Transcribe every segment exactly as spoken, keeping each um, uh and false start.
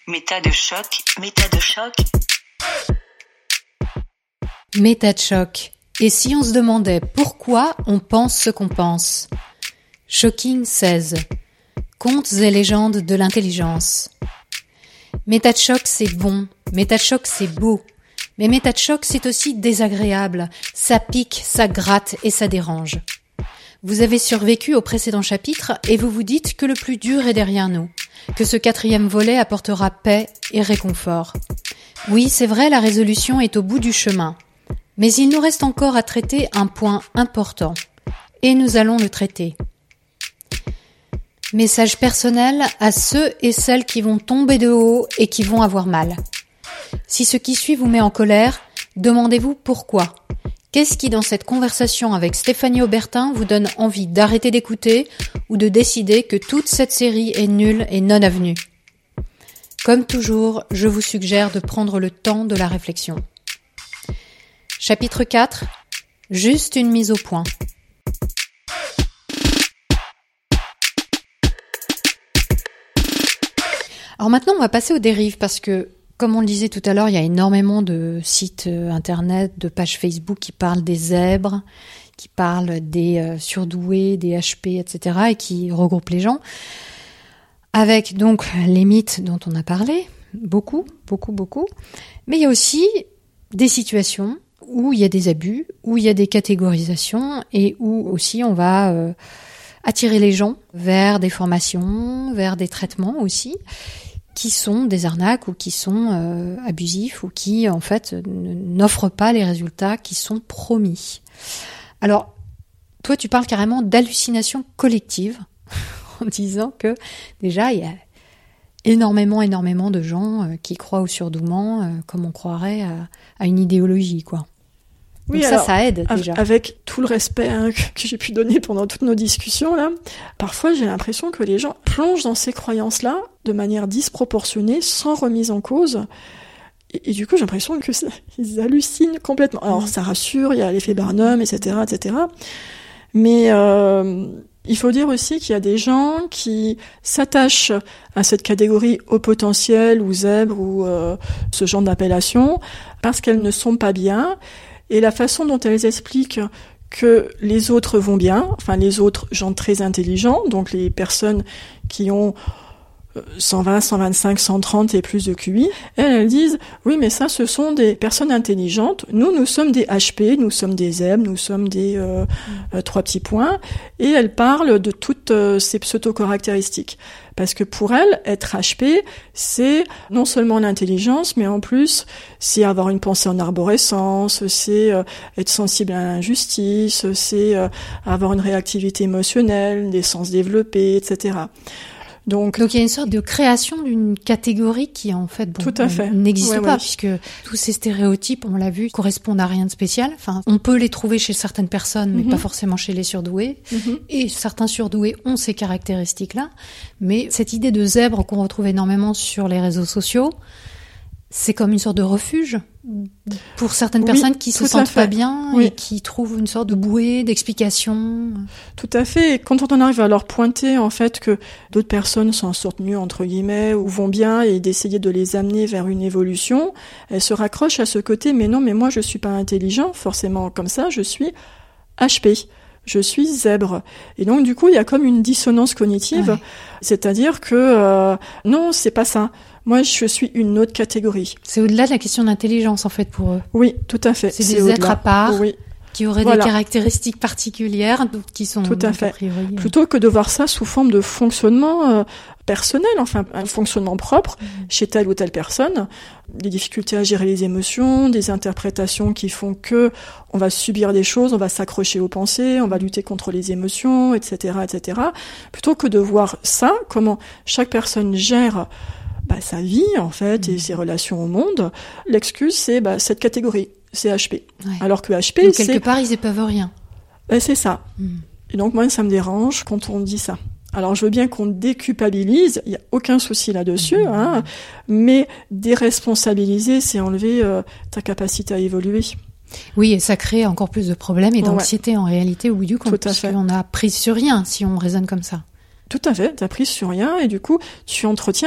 Méta de choc, méta de choc. Méta de choc. Et si on se demandait pourquoi on pense ce qu'on pense? Shocking seize. Contes et légendes de l'intelligence. Méta de choc, c'est bon. Méta de choc, c'est beau. Mais méta de choc, c'est aussi désagréable. Ça pique, ça gratte et ça dérange. Vous avez survécu au précédent chapitre et vous vous dites que le plus dur est derrière nous, que ce quatrième volet apportera paix et réconfort. Oui, c'est vrai, la résolution est au bout du chemin. Mais il nous reste encore à traiter un point important. Et nous allons le traiter. Message personnel à ceux et celles qui vont tomber de haut et qui vont avoir mal. Si ce qui suit vous met en colère, demandez-vous pourquoi. Qu'est-ce qui, dans cette conversation avec Stéphanie Aubertin, vous donne envie d'arrêter d'écouter ou de décider que toute cette série est nulle et non avenue? Comme toujours, je vous suggère de prendre le temps de la réflexion. Chapitre quatre. Juste une mise au point. Alors maintenant, on va passer aux dérives parce que, comme on le disait tout à l'heure, il y a énormément de sites internet, de pages Facebook qui parlent des zèbres, qui parlent des euh, surdoués, des H P, et cetera et qui regroupent les gens. Avec donc les mythes dont on a parlé, beaucoup, beaucoup, beaucoup. Mais il y a aussi des situations où il y a des abus, où il y a des catégorisations et où aussi on va euh, attirer les gens vers des formations, vers des traitements aussi, qui sont des arnaques ou qui sont euh, abusifs ou qui, en fait, n'offrent pas les résultats qui sont promis. Alors, toi, tu parles carrément d'hallucination collective en disant que, déjà, il y a énormément, énormément de gens euh, qui croient au surdouement euh, comme on croirait à, à une idéologie, quoi. Oui, donc ça, alors, ça aide déjà. Avec tout le respect hein, que j'ai pu donner pendant toutes nos discussions là, parfois j'ai l'impression que les gens plongent dans ces croyances-là de manière disproportionnée, sans remise en cause. Et, et du coup, j'ai l'impression que ça, ils hallucinent complètement. Alors, mmh. ça rassure, il y a l'effet Barnum, et cetera, et cetera. Mais euh, il faut dire aussi qu'il y a des gens qui s'attachent à cette catégorie au potentiel ou zèbre ou euh, ce genre d'appellation parce qu'elles ne sont pas bien. Et la façon dont elles expliquent que les autres vont bien, enfin les autres gens très intelligents, donc les personnes qui ont cent vingt, cent vingt-cinq, cent trente et plus de Q I, elles, elles disent « Oui, mais ça, ce sont des personnes intelligentes. Nous, nous sommes des H P, nous sommes des zèbres, nous sommes des euh, mmh. euh, trois petits points. » Et elles parlent de toutes euh, ces pseudo-caractéristiques. Parce que pour elles, être H P, c'est non seulement l'intelligence, mais en plus, c'est avoir une pensée en arborescence, c'est euh, être sensible à l'injustice, c'est euh, avoir une réactivité émotionnelle, des sens développés, et cetera. Donc, Donc il y a une sorte de création d'une catégorie qui en fait, bon, tout à fait. n'existe ouais, pas ouais. puisque tous ces stéréotypes, on l'a vu, correspondent à rien de spécial. Enfin, on peut les trouver chez certaines personnes, mais mm-hmm. pas forcément chez les surdoués. Mm-hmm. Et certains surdoués ont ces caractéristiques-là. Mais cette idée de zèbre qu'on retrouve énormément sur les réseaux sociaux, c'est comme une sorte de refuge pour certaines oui, personnes qui se sentent pas bien oui. et qui trouvent une sorte de bouée d'explication. Tout à fait. Et quand on arrive à leur pointer en fait que d'autres personnes s'en sortent mieux entre guillemets ou vont bien et d'essayer de les amener vers une évolution, elles se raccrochent à ce côté. Mais non, mais moi je suis pas intelligent forcément comme ça. Je suis H P. Je suis zèbre. Et donc, du coup, il y a comme une dissonance cognitive. Ouais. C'est-à-dire que, euh, non, c'est pas ça. Moi, je suis une autre catégorie. C'est au-delà de la question d'intelligence, en fait, pour eux. Oui, tout à fait. C'est, c'est des au-delà. Êtres à part, oui. qui auraient voilà. des caractéristiques particulières, qui sont... Tout à fait. A priori, plutôt que de voir ça sous forme de fonctionnement euh, personnel, enfin, un fonctionnement propre mmh. chez telle ou telle personne, des difficultés à gérer les émotions, des interprétations qui font que on va subir des choses, on va s'accrocher aux pensées, on va lutter contre les émotions, et cetera, et cetera. Plutôt que de voir ça, comment chaque personne gère bah, sa vie, en fait, mmh. et ses relations au monde, l'excuse, c'est bah, cette catégorie, c'est H P. Ouais. Alors que H P, donc, c'est... quelque part, ils épeuvent rien. Bah, c'est ça. Mmh. Et donc, moi, ça me dérange quand on dit ça. Alors, je veux bien qu'on déculpabilise, il n'y a aucun souci là-dessus, mmh. hein, mais déresponsabiliser, c'est enlever euh, ta capacité à évoluer. Oui, et ça crée encore plus de problèmes et d'anxiété ouais. en réalité au bout du compte, parce qu'on a prise sur rien si on raisonne comme ça. Tout à fait, t'as prise sur rien et du coup, tu entretiens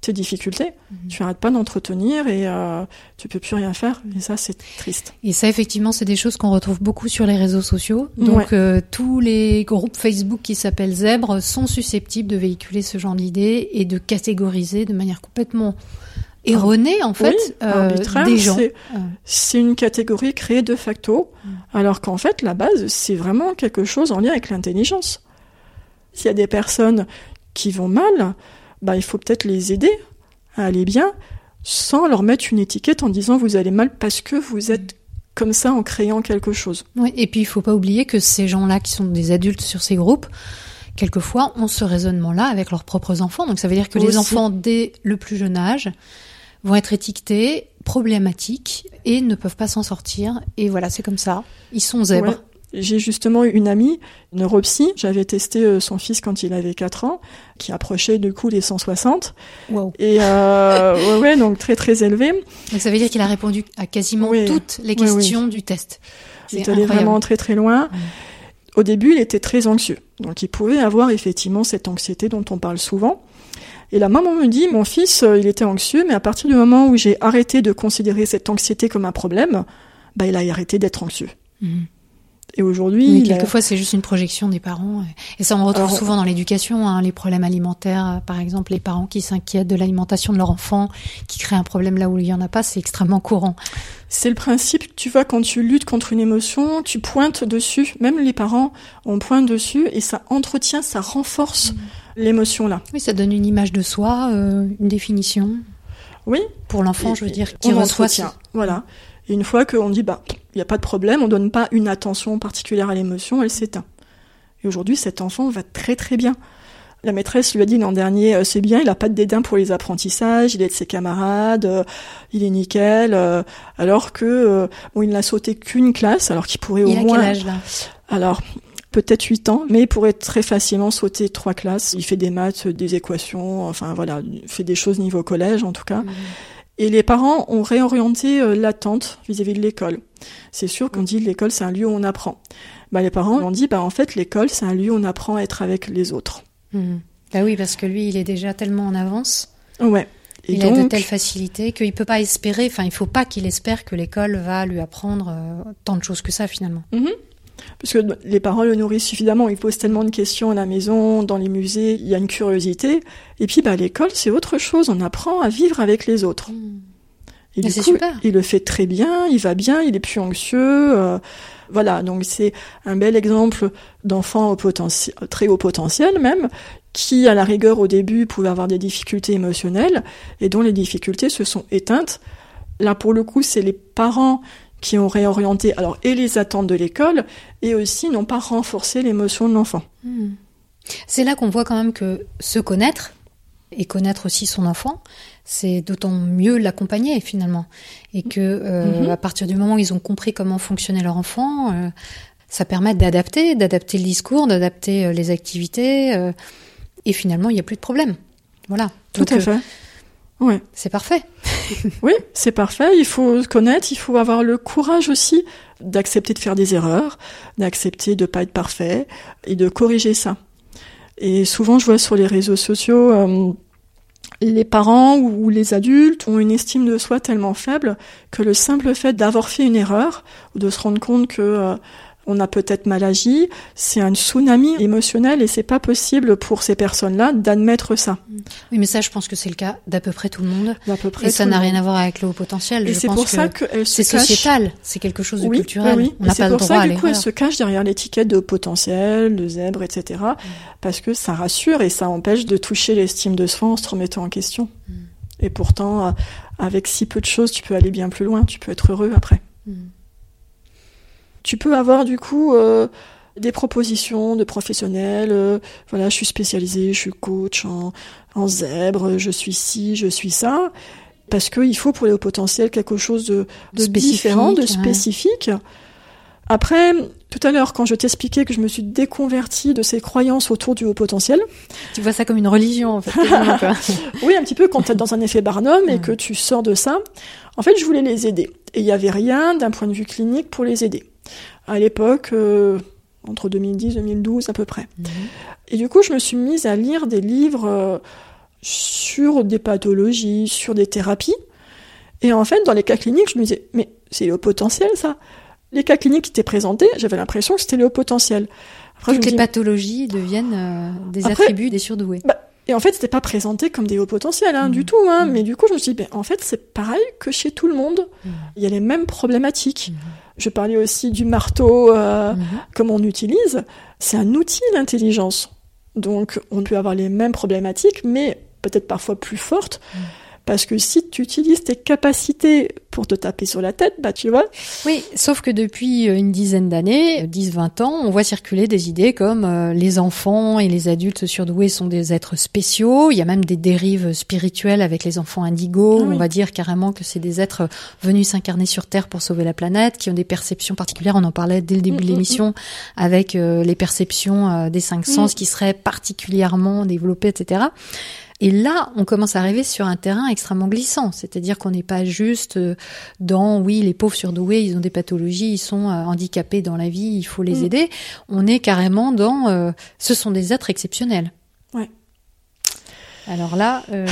tes difficultés, Mmh. tu arrêtes pas d'entretenir et euh, tu peux plus rien faire. Et ça, c'est triste. Et ça, effectivement, c'est des choses qu'on retrouve beaucoup sur les réseaux sociaux. Donc, Ouais. euh, tous les groupes Facebook qui s'appellent Zèbre sont susceptibles de véhiculer ce genre d'idées et de catégoriser de manière complètement erronée, en fait, Oui, euh, arbitraire, des gens. c'est- Euh, C'est une catégorie créée de facto, Mm. alors qu'en fait, la base, c'est vraiment quelque chose en lien avec l'intelligence. S'il y a des personnes qui vont mal, bah, il faut peut-être les aider à aller bien, sans leur mettre une étiquette en disant vous allez mal parce que vous êtes comme ça en créant quelque chose. Oui, et puis il faut pas oublier que ces gens-là qui sont des adultes sur ces groupes, quelquefois ont ce raisonnement-là avec leurs propres enfants. Donc ça veut dire que les Aussi. enfants, dès le plus jeune âge, vont être étiquetés, problématiques, et ne peuvent pas s'en sortir. Et voilà, c'est comme ça. Ils sont zèbres. Ouais. J'ai justement une amie, neuropsy, j'avais testé euh, son fils quand il avait quatre ans, qui approchait du coup les cent soixante, Wow. et euh, ouais, ouais, donc très très élevé. Donc ça veut dire qu'il a répondu à quasiment Oui. toutes les Oui, questions du test. Il est C'est allé incroyable. vraiment très très loin. Mm. Au début, il était très anxieux. Donc, il pouvait avoir effectivement cette anxiété dont on parle souvent. Et la maman me dit, mon fils, euh, il était anxieux, mais à partir du moment où j'ai arrêté de considérer cette anxiété comme un problème, bah, il a arrêté d'être anxieux. Mhm. Et aujourd'hui, Oui, il a- quelquefois, c'est juste une projection des parents. Et ça, on retrouve Alors, souvent dans l'éducation, hein, les problèmes alimentaires, euh, par exemple, les parents qui s'inquiètent de l'alimentation de leur enfant, qui créent un problème là où il y en a pas, c'est extrêmement courant. c'est le principe, tu vois, quand tu luttes contre une émotion, tu pointes dessus. Même les parents, on pointe dessus et ça entretient, ça renforce Mm. l'émotion-là. Oui, ça donne une image de soi, euh, une définition. Oui. Pour l'enfant, Et- je veux dire, et qui on reçoit ce... entretient. Voilà. Et une fois qu'on dit, bah, il n'y a pas de problème, on donne pas une attention particulière à l'émotion, elle s'éteint. Et aujourd'hui, cet enfant va très très bien. La maîtresse lui a dit l'an dernier, euh, c'est bien, il a pas de dédain pour les apprentissages, il est de ses camarades, euh, il est nickel, euh, alors que, euh, bon, il n'a sauté qu'une classe, alors qu'il pourrait au Il a moins... quel âge, là? Alors, peut-être huit ans, mais il pourrait très facilement sauter trois classes. Il fait des maths, des équations, enfin voilà, il fait des choses niveau collège en tout cas. Mhm. Et les parents ont réorienté euh, l'attente vis-à-vis de l'école. C'est sûr qu'on dit l'école c'est un lieu où on apprend. Bah, les parents ont dit bah en fait l'école c'est un lieu où on apprend à être avec les autres. Mhm. Bah oui, parce que lui, il est déjà tellement en avance, Ouais. Et il donc, a de telles facilités qu'il peut pas espérer, enfin, il faut pas qu'il espère que l'école va lui apprendre euh, tant de choses que ça, finalement. Mhm. Parce que les parents le nourrissent suffisamment, ils posent tellement de questions à la maison, dans les musées, il y a une curiosité. Et puis bah l'école c'est autre chose, on apprend à vivre avec les autres. Et Mais du c'est coup, super. il le fait très bien, il va bien, il est plus anxieux. euh, voilà, donc c'est un bel exemple d'enfant au potentiel, très haut potentiel même, qui à la rigueur au début pouvait avoir des difficultés émotionnelles et dont les difficultés se sont éteintes. Là pour le coup, c'est les parents qui ont réorienté alors et les attentes de l'école et aussi n'ont pas renforcé l'émotion de l'enfant. Hmm. C'est là qu'on voit quand même que se connaître et connaître aussi son enfant, c'est d'autant mieux l'accompagner finalement. Et que euh, Mhm. à partir du moment où ils ont compris comment fonctionnait leur enfant, euh, ça permet d'adapter, d'adapter le discours, d'adapter euh, les activités, euh, et finalement il n'y a plus de problème. Voilà. Tout Donc, à euh, fait. Ouais. c'est parfait. Oui, c'est parfait. Il faut se connaître, il faut avoir le courage aussi d'accepter de faire des erreurs, d'accepter de pas être parfait et de corriger ça. Et souvent, je vois sur les réseaux sociaux, euh, les parents ou les adultes ont une estime de soi tellement faible que le simple fait d'avoir fait une erreur ou de se rendre compte que euh, on a peut-être mal agi, c'est un tsunami émotionnel et c'est pas possible pour ces personnes-là d'admettre ça. Oui, mais ça, je pense que c'est le cas d'à peu près tout le monde. D'à peu près Et ça tout n'a le rien monde. à voir avec le haut potentiel. Et Je c'est pense pour que ça qu'elle se c'est cache. sociétal, c'est quelque chose de Oui, culturel. oui, oui. On Et n'a c'est pas le pour droit ça à du coup elle l'erreur. se cache derrière l'étiquette de potentiel, de zèbre, et cetera. Mm. Parce que ça rassure et ça empêche de toucher l'estime de soi en se remettant en question. Mm. Et pourtant, euh, avec si peu de choses, tu peux aller bien plus loin, tu peux être heureux après. Mm. Tu peux avoir du coup euh, des propositions de professionnels. euh, voilà, je suis spécialisée, je suis coach en, en zèbre, je suis ci, je suis ça. Parce qu'il faut pour les hauts potentiels quelque chose de, de Spécifique, différent, de ouais. spécifique. Après, tout à l'heure, quand je t'expliquais que je me suis déconvertie de ces croyances autour du haut potentiel, Tu vois ça comme une religion, en fait. quasiment, quoi. oui, un petit peu quand tu es dans un effet Barnum et Ouais. que tu sors de ça, en fait, je voulais les aider. Et il n'y avait rien d'un point de vue clinique pour les aider. À l'époque, euh, entre deux mille dix et deux mille douze à peu près. Mhm. Et du coup, je me suis mise à lire des livres, euh, sur des pathologies, sur des thérapies. Et en fait, dans les cas cliniques, je me disais, mais c'est les hauts potentiels, ça. Les cas cliniques qui étaient présentés, j'avais l'impression que c'était les hauts potentiels. Après, Toutes les dis, pathologies deviennent euh, des Après, attributs des surdoués. Bah, et en fait, c'était pas présenté comme des hauts potentiels, hein, mmh. du tout. Hein, mmh. Mais du coup, je me suis dit, ben, en fait, c'est pareil que chez tout le monde. Mmh. Il y a les mêmes problématiques. Mmh. Je parlais aussi du marteau, euh, mmh. comme on utilise. C'est un outil, l'intelligence. Donc, on peut avoir les mêmes problématiques, mais peut-être parfois plus fortes. Mmh. Parce que si tu utilises tes capacités pour te taper sur la tête, bah tu vois. Oui, sauf que depuis une dizaine d'années, dix vingt ans, on voit circuler des idées comme euh, les enfants et les adultes surdoués sont des êtres spéciaux. Il y a même des dérives spirituelles avec les enfants indigos. Ah oui. On va dire carrément que c'est des êtres venus s'incarner sur Terre pour sauver la planète, qui ont des perceptions particulières. On en parlait dès le début mmh, de l'émission, mmh. avec euh, les perceptions euh, des cinq sens mmh. qui seraient particulièrement développées, et cetera. Et là, on commence à arriver sur un terrain extrêmement glissant, c'est-à-dire qu'on n'est pas juste dans, oui, les pauvres surdoués, ils ont des pathologies, ils sont handicapés dans la vie, il faut les mmh. aider. On est carrément dans, euh, ce sont des êtres exceptionnels. Ouais. Alors là, euh,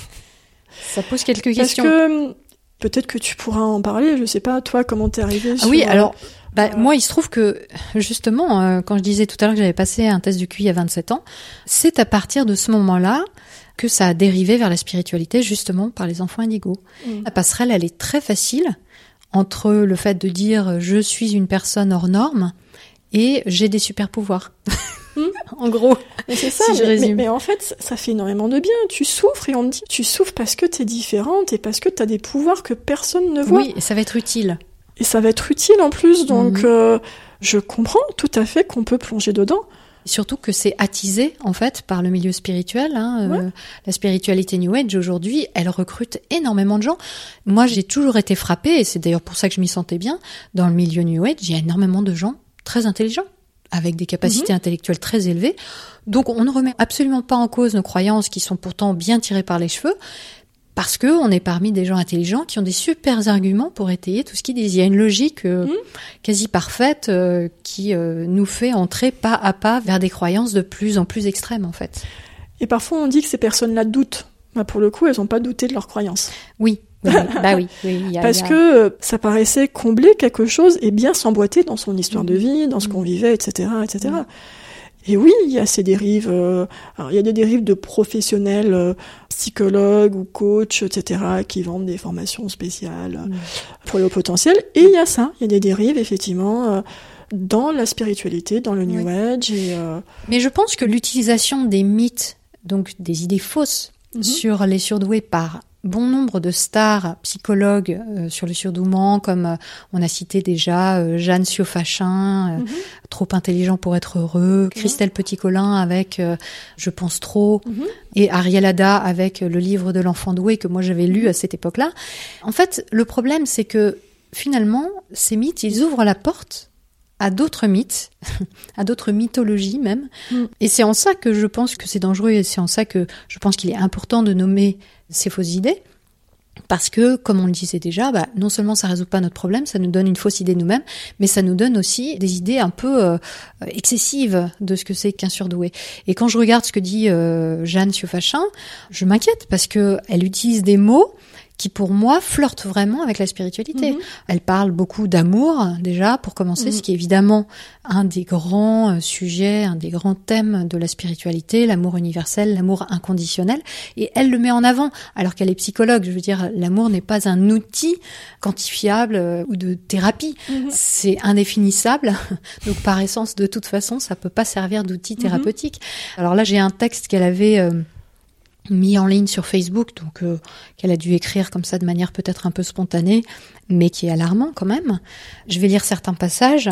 ça pose quelques Parce questions. Parce que peut-être que tu pourras en parler, je sais pas, toi, comment t'es arrivée ah sur... Oui, alors... Bah, euh... moi, il se trouve que, justement, euh, quand je disais tout à l'heure que j'avais passé un test du Q I à vingt-sept ans, c'est à partir de ce moment-là que ça a dérivé vers la spiritualité, justement, par les enfants indigos. Mmh. La passerelle, elle est très facile entre le fait de dire « je suis une personne hors norme » et « j'ai des super pouvoirs mmh. ». En gros, mais c'est ça, si mais, je mais, mais en fait, ça fait énormément de bien. Tu souffres et on te dit « tu souffres parce que t'es différente et parce que t'as des pouvoirs que personne ne voit ». Oui, et ça va être utile. Et ça va être utile en plus, donc mmh. euh, je comprends tout à fait qu'on peut plonger dedans. Surtout que c'est attisé, en fait, par le milieu spirituel. Hein. Ouais. Euh, la spiritualité New Age, aujourd'hui, elle recrute énormément de gens. Moi, j'ai toujours été frappée, et c'est d'ailleurs pour ça que je m'y sentais bien, dans le milieu New Age, il y a énormément de gens très intelligents, avec des capacités mmh. intellectuelles très élevées. Donc, on ne remet absolument pas en cause nos croyances, qui sont pourtant bien tirées par les cheveux, parce que on est parmi des gens intelligents qui ont des super arguments pour étayer tout ce qu'ils disent. Il y a une logique euh, mmh. quasi parfaite euh, qui euh, nous fait entrer pas à pas vers des croyances de plus en plus extrêmes, en fait. Et parfois, on dit que ces personnes-là doutent. Bah, pour le coup, elles n'ont pas douté de leurs croyances. Oui, oui, bah oui. oui y a, Parce y a... que ça paraissait combler quelque chose et bien s'emboîter dans son histoire mmh. de vie, dans ce mmh. qu'on vivait, et cetera, et cetera. Mmh. Et oui, il y a ces dérives. Euh, alors, il y a des dérives de professionnels, euh, psychologues ou coachs, et cetera, qui vendent des formations spéciales mmh. pour les hauts potentiels. Et il y a ça, il y a des dérives, effectivement, euh, dans la spiritualité, dans le New oui. Age. Et, euh... Mais je pense que l'utilisation des mythes, donc des idées fausses, mmh. sur les surdoués par bon nombre de stars psychologues euh, sur le surdouement, comme euh, on a cité déjà euh, Jeanne Siofachin, euh, mm-hmm. trop intelligent pour être heureux, mm-hmm. Christelle Petit-Colin avec euh, Je pense trop, mm-hmm. et Ariel Ada avec euh, le livre de l'enfant doué que moi j'avais lu mm-hmm. à cette époque-là. En fait, le problème, c'est que finalement, ces mythes, ils ouvrent la porte à d'autres mythes, à d'autres mythologies même. Mm. Et c'est en ça que je pense que c'est dangereux et c'est en ça que je pense qu'il est important de nommer ces fausses idées. Parce que, comme on le disait déjà, bah, non seulement ça résout pas notre problème, ça nous donne une fausse idée de nous-mêmes, mais ça nous donne aussi des idées un peu euh, excessives de ce que c'est qu'un surdoué. Et quand je regarde ce que dit euh, Jeanne Siofachin, je m'inquiète parce que elle utilise des mots qui pour moi flirte vraiment avec la spiritualité. Mmh. Elle parle beaucoup d'amour, déjà, pour commencer, mmh. ce qui est évidemment un des grands sujets, un des grands thèmes de la spiritualité, l'amour universel, l'amour inconditionnel, et elle le met en avant, alors qu'elle est psychologue. Je veux dire, l'amour n'est pas un outil quantifiable euh, ou de thérapie, mmh. c'est indéfinissable, donc par essence, de toute façon, ça peut pas servir d'outil thérapeutique. Mmh. Alors là, j'ai un texte qu'elle avait... Euh, mis en ligne sur Facebook, donc euh, qu'elle a dû écrire comme ça de manière peut-être un peu spontanée, mais qui est alarmant quand même. Je vais lire certains passages.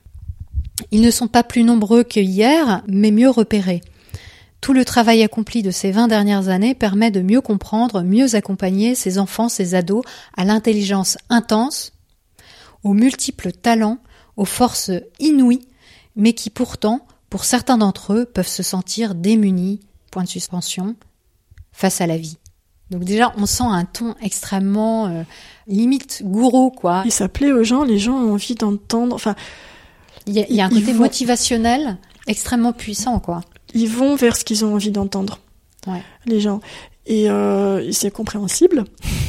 Ils ne sont pas plus nombreux que hier, mais mieux repérés. Tout le travail accompli de ces vingt dernières années permet de mieux comprendre, mieux accompagner ces enfants, ces ados à l'intelligence intense, aux multiples talents, aux forces inouïes, mais qui pourtant, pour certains d'entre eux, peuvent se sentir démunis, point de suspension, face à la vie. Donc déjà, on sent un ton extrêmement euh, limite gourou, quoi. Il s'appelait aux gens, les gens ont envie d'entendre. Enfin, il y a, il y a un côté vont... motivationnel extrêmement puissant, quoi. Ils vont vers ce qu'ils ont envie d'entendre. ouais. les gens. Et, euh, et c'est compréhensible.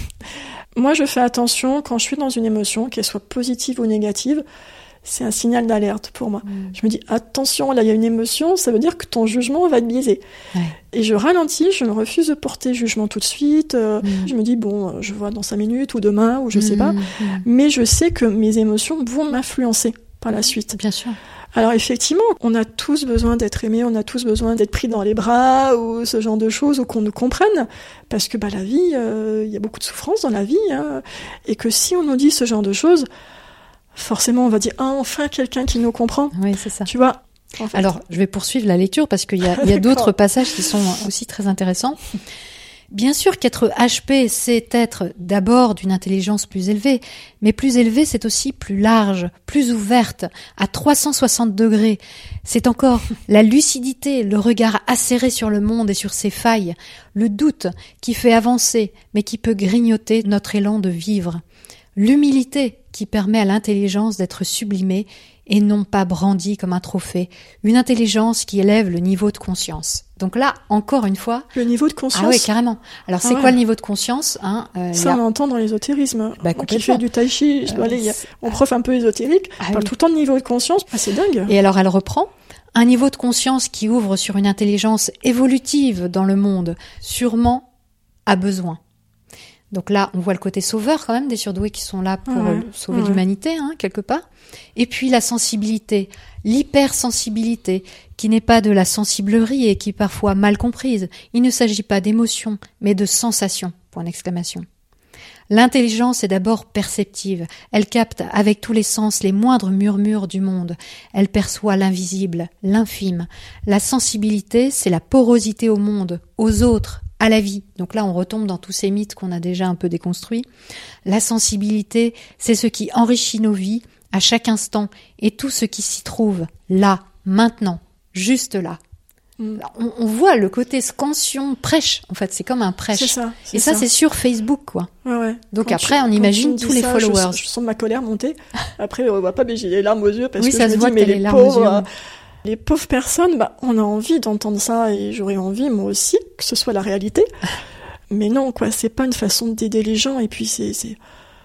Moi, je fais attention quand je suis dans une émotion, qu'elle soit positive ou négative. C'est un signal d'alerte pour moi. Mmh. Je me dis, attention, là, il y a une émotion, ça veut dire que ton jugement va être biaisé. Ouais. Et je ralentis, je me refuse de porter jugement tout de suite. Euh, mmh. Je me dis, bon, je vois dans cinq minutes ou demain, ou je mmh. sais pas. Mmh. Mais je sais que mes émotions vont m'influencer par la suite. Bien sûr. Alors effectivement, on a tous besoin d'être aimés, on a tous besoin d'être pris dans les bras, ou ce genre de choses, ou qu'on nous comprenne. Parce que bah, la vie, il euh, y a beaucoup de souffrance dans la vie. Hein, et que si on nous dit ce genre de choses... forcément on va dire ah, enfin quelqu'un qui nous comprend. Oui, c'est ça. Tu vois. En fait. Alors, je vais poursuivre la lecture parce qu'il y a, il y a d'autres passages qui sont aussi très intéressants. Bien sûr qu'être H P, c'est être d'abord d'une intelligence plus élevée, mais plus élevée, c'est aussi plus large, plus ouverte, à trois cent soixante degrés. C'est encore la lucidité, le regard acéré sur le monde et sur ses failles, le doute qui fait avancer, mais qui peut grignoter notre élan de vivre. L'humilité qui permet à l'intelligence d'être sublimée et non pas brandie comme un trophée. Une intelligence qui élève le niveau de conscience. Donc là, encore une fois... Le niveau de conscience. Ah oui, carrément. Alors, ah c'est ouais. quoi le niveau de conscience hein, euh, Ça, là... on l'entend dans l'ésotérisme. Bah, Moi qui fais du tai chi, je dois euh, aller, on prof un peu ésotérique, ah, parle oui. tout le temps de niveau de conscience. Ah, c'est dingue. Et alors, elle reprend. Un niveau de conscience qui ouvre sur une intelligence évolutive dans le monde, sûrement a besoin. Donc là, on voit le côté sauveur quand même des surdoués qui sont là pour ouais, sauver ouais. l'humanité, hein, quelque part. Et puis la sensibilité, l'hypersensibilité, qui n'est pas de la sensiblerie et qui est parfois mal comprise. Il ne s'agit pas d'émotion, mais de sensation, point d'exclamation. L'intelligence est d'abord perceptive. Elle capte avec tous les sens les moindres murmures du monde. Elle perçoit l'invisible, l'infime. La sensibilité, c'est la porosité au monde, aux autres, à la vie. Donc là, on retombe dans tous ces mythes qu'on a déjà un peu déconstruits. La sensibilité, c'est ce qui enrichit nos vies à chaque instant et tout ce qui s'y trouve, là, maintenant, juste là. Mm. On, on voit le côté scansion, prêche, en fait, c'est comme un prêche. C'est ça, c'est et ça, ça, c'est sur Facebook, quoi. Ouais, ouais. Donc quand après, tu, on imagine tous les ça, followers. Je, je sens ma colère monter. Après, on voit pas, mais j'ai les larmes aux yeux parce oui, que ça je se me voit dis, mais les les pauvres... Les pauvres personnes, bah, on a envie d'entendre ça et j'aurais envie, moi aussi, que ce soit la réalité. Mais non, quoi, c'est pas une façon d'aider les gens et puis c'est... c'est...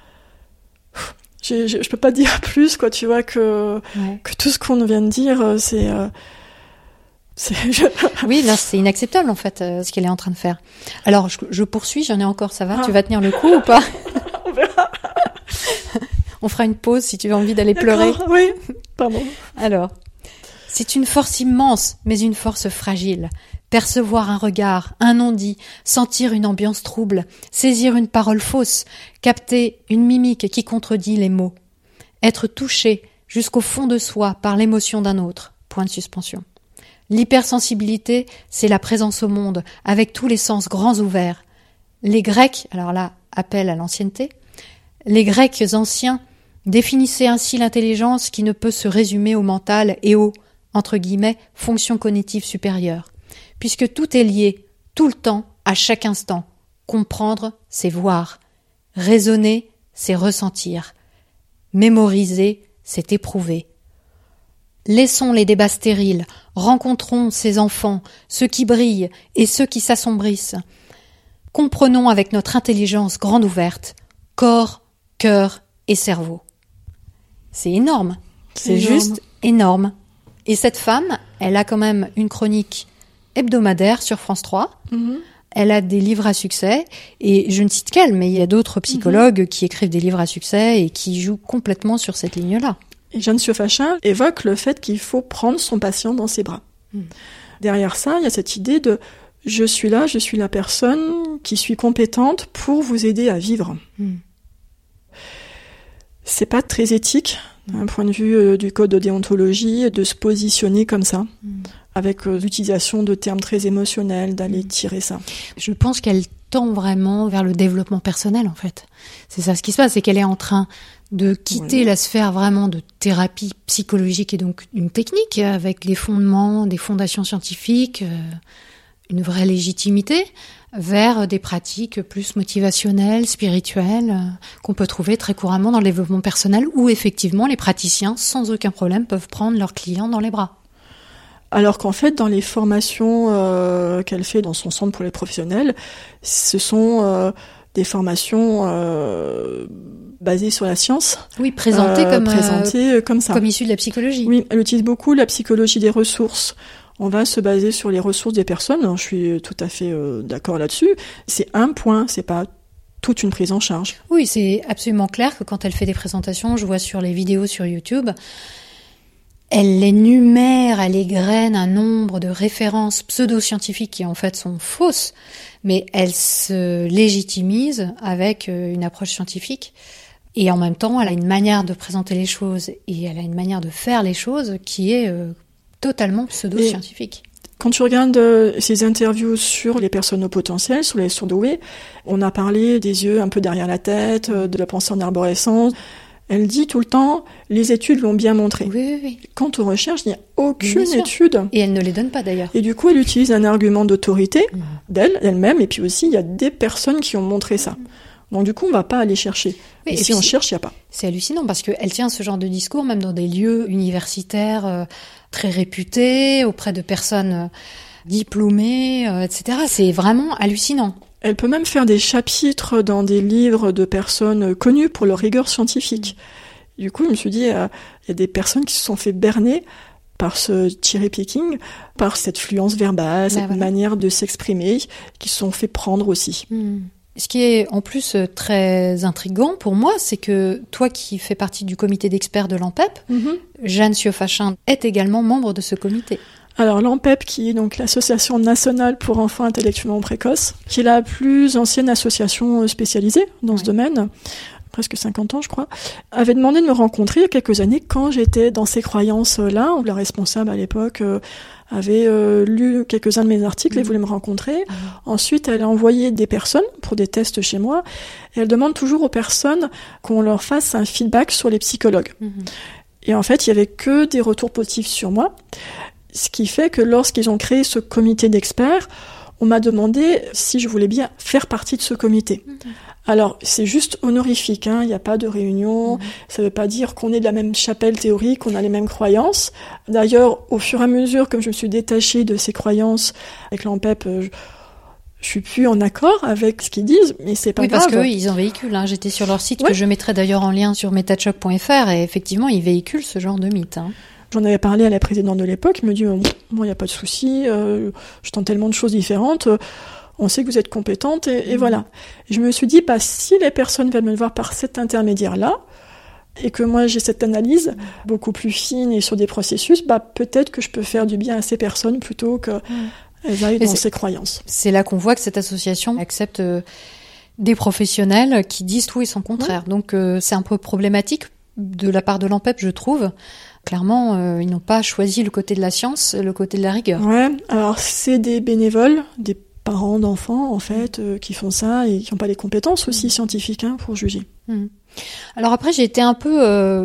J'ai, j'ai, je peux pas dire plus, quoi, tu vois, que, ouais. que tout ce qu'on vient de dire, c'est... Euh, c'est je... Oui, là, c'est inacceptable, en fait, euh, ce qu'elle est en train de faire. Alors, je, je poursuis, j'en ai encore, ça va ah. Tu vas tenir le coup ou pas? On verra. On fera une pause si tu as envie d'aller pleurer. Oui, pardon. Alors... C'est une force immense, mais une force fragile. Percevoir un regard, un non-dit, sentir une ambiance trouble, saisir une parole fausse, capter une mimique qui contredit les mots. Être touché jusqu'au fond de soi par l'émotion d'un autre. Point de suspension. L'hypersensibilité, c'est la présence au monde, avec tous les sens grands ouverts. Les Grecs, alors là, appel à l'ancienneté, les Grecs anciens définissaient ainsi l'intelligence qui ne peut se résumer au mental et au entre guillemets, fonction cognitive supérieure, puisque tout est lié, tout le temps, à chaque instant. Comprendre, c'est voir. Raisonner, c'est ressentir. Mémoriser, c'est éprouver. Laissons les débats stériles, rencontrons ces enfants, ceux qui brillent et ceux qui s'assombrissent. Comprenons avec notre intelligence grande ouverte, corps, cœur et cerveau. C'est énorme, c'est énorme. juste énorme. Et cette femme, elle a quand même une chronique hebdomadaire sur France trois. Mm-hmm. Elle a des livres à succès. Et je ne cite qu'elle, mais il y a d'autres psychologues mm-hmm. qui écrivent des livres à succès et qui jouent complètement sur cette ligne-là. Et Jeanne Siofachin évoque le fait qu'il faut prendre son patient dans ses bras. Mm. Derrière ça, il y a cette idée de « je suis là, je suis la personne qui suis compétente pour vous aider à vivre mm. ». C'est pas très éthique, d'un point de vue euh, du code de déontologie, de se positionner comme ça, mm. avec euh, l'utilisation de termes très émotionnels, d'aller mm. tirer ça. Je pense qu'elle tend vraiment vers le développement personnel, en fait. C'est ça ce qui se passe, c'est qu'elle est en train de quitter oui. la sphère vraiment de thérapie psychologique et donc une technique avec des fondements, des fondations scientifiques, euh, une vraie légitimité, vers des pratiques plus motivationnelles, spirituelles, euh, qu'on peut trouver très couramment dans le développement personnel, où effectivement les praticiens, sans aucun problème, peuvent prendre leurs clients dans les bras. Alors qu'en fait, dans les formations euh, qu'elle fait dans son centre pour les professionnels, ce sont euh, des formations euh, basées sur la science. Oui, présentées euh, comme, présentées euh, comme ça. Comme issues de la psychologie. Oui, elle utilise beaucoup la psychologie des ressources. On va se baser sur les ressources des personnes. Je suis tout à fait euh, d'accord là-dessus. C'est un point, c'est pas toute une prise en charge. Oui, c'est absolument clair que quand elle fait des présentations, je vois sur les vidéos sur YouTube, elle énumère, elle égrène un nombre de références pseudo-scientifiques qui en fait sont fausses, mais elle se légitimise avec une approche scientifique. Et en même temps, elle a une manière de présenter les choses et elle a une manière de faire les choses qui est euh, totalement pseudo-scientifique. Et quand tu regardes euh, ces interviews sur les personnes au potentiel, sur les surdoués, on a parlé des yeux un peu derrière la tête, euh, de la pensée en arborescence. Elle dit tout le temps, les études l'ont bien montré. Oui, oui, oui. Quant aux recherches, il n'y a aucune étude. Et elle ne les donne pas d'ailleurs. Et du coup, elle utilise un argument d'autorité mmh. d'elle, elle-même, et puis aussi, il y a des personnes qui ont montré ça. Donc du coup, on va pas aller chercher. Oui, et, et si puis, on cherche, il n'y a pas. C'est hallucinant parce qu'elle tient ce genre de discours même dans des lieux universitaires euh, très réputés, auprès de personnes euh, diplômées, euh, et cetera. C'est vraiment hallucinant. Elle peut même faire des chapitres dans des livres de personnes connues pour leur rigueur scientifique. Du coup, je me suis dit, il euh, y a des personnes qui se sont fait berner par ce cherry-picking, par cette fluence verbale, cette voilà. manière de s'exprimer, qui se sont fait prendre aussi. Mmh. Ce qui est en plus très intriguant pour moi, c'est que toi qui fais partie du comité d'experts de l'A M P E P, mm-hmm. Jeanne Siofachin est également membre de ce comité. Alors l'A M P E P, qui est donc l'Association nationale pour enfants intellectuellement précoces, qui est la plus ancienne association spécialisée dans oui. ce domaine, presque cinquante ans je crois, avait demandé de me rencontrer il y a quelques années quand j'étais dans ces croyances-là, où la responsable à l'époque euh, avait euh, lu quelques-uns de mes articles mmh. et voulait me rencontrer. Mmh. Ensuite, elle a envoyé des personnes pour des tests chez moi, et elle demande toujours aux personnes qu'on leur fasse un feedback sur les psychologues. Mmh. Et en fait, il y avait que des retours positifs sur moi, ce qui fait que lorsqu'ils ont créé ce comité d'experts, on m'a demandé si je voulais bien faire partie de ce comité. Mmh. Alors, c'est juste honorifique, hein, il n'y a pas de réunion, mmh. ça ne veut pas dire qu'on est de la même chapelle théorique, qu'on a les mêmes croyances. D'ailleurs, au fur et à mesure, comme je me suis détachée de ces croyances avec l'A M P E P, je, je suis plus en accord avec ce qu'ils disent, mais c'est pas oui, grave. Oui, parce qu'eux, ils en véhiculent. Hein. J'étais sur leur site, ouais. que je mettrai d'ailleurs en lien sur metachoc point f r, et effectivement, ils véhiculent ce genre de mythe. Hein. J'en avais parlé à la présidente de l'époque, elle me dit bon, « Moi, il n'y a pas de souci, euh, je tente tellement de choses différentes. Euh, on sait que vous êtes compétente, et, et mmh. voilà. » Et je me suis dit, bah, si les personnes viennent me voir par cet intermédiaire-là, et que moi j'ai cette analyse mmh. beaucoup plus fine et sur des processus, bah, peut-être que je peux faire du bien à ces personnes plutôt qu'elles mmh. aillent dans ces croyances. C'est là qu'on voit que cette association accepte euh, des professionnels qui disent tout et son contraire. Mmh. Donc euh, c'est un peu problématique de la part de l'A M P E P, je trouve. Clairement, euh, ils n'ont pas choisi le côté de la science, le côté de la rigueur. Ouais, alors c'est des bénévoles, des parents d'enfants, en fait, euh, qui font ça et qui n'ont pas les compétences aussi mmh. scientifiques hein, pour juger. Mmh. Alors après, j'ai été un peu euh,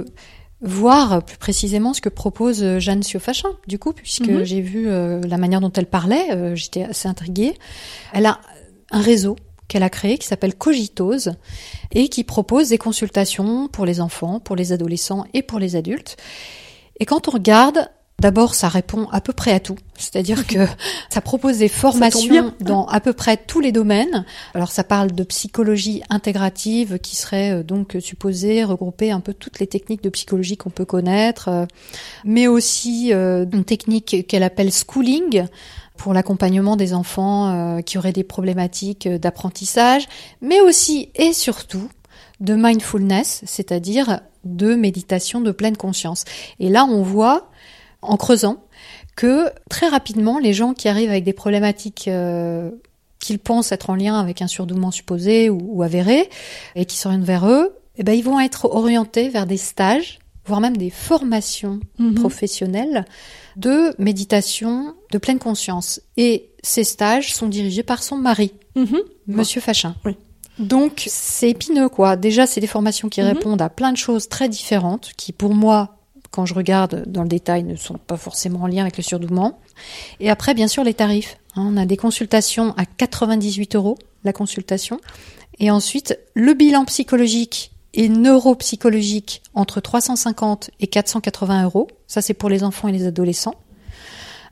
voir plus précisément ce que propose Jeanne Siofachin, du coup, puisque mmh. j'ai vu euh, la manière dont elle parlait, euh, j'étais assez intriguée. Elle a un réseau qu'elle a créé qui s'appelle Cogitose et qui propose des consultations pour les enfants, pour les adolescents et pour les adultes. Et quand on regarde, d'abord, ça répond à peu près à tout. C'est-à-dire que ça propose des formations dans à peu près tous les domaines. Alors, ça parle de psychologie intégrative qui serait donc supposée regrouper un peu toutes les techniques de psychologie qu'on peut connaître, mais aussi euh, une technique qu'elle appelle schooling pour l'accompagnement des enfants euh, qui auraient des problématiques d'apprentissage, mais aussi et surtout de mindfulness, c'est-à-dire de méditation de pleine conscience. Et là, on voit, en creusant, que très rapidement, les gens qui arrivent avec des problématiques euh, qu'ils pensent être en lien avec un surdouement supposé ou, ou avéré, et qui s'orientent vers eux, eh ben, ils vont être orientés vers des stages, voire même des formations mmh. professionnelles de méditation de pleine conscience. Et ces stages sont dirigés par son mari, mmh. Monsieur Fachin. Oui. Donc, c'est épineux, quoi. Déjà, c'est des formations qui mmh. répondent à plein de choses très différentes, qui, pour moi, quand je regarde dans le détail, ne sont pas forcément en lien avec le surdouement. Et après, bien sûr, les tarifs. On a des consultations à quatre-vingt-dix-huit euros, la consultation. Et ensuite, le bilan psychologique et neuropsychologique entre trois cent cinquante et quatre cent quatre-vingts euros. Ça, c'est pour les enfants et les adolescents.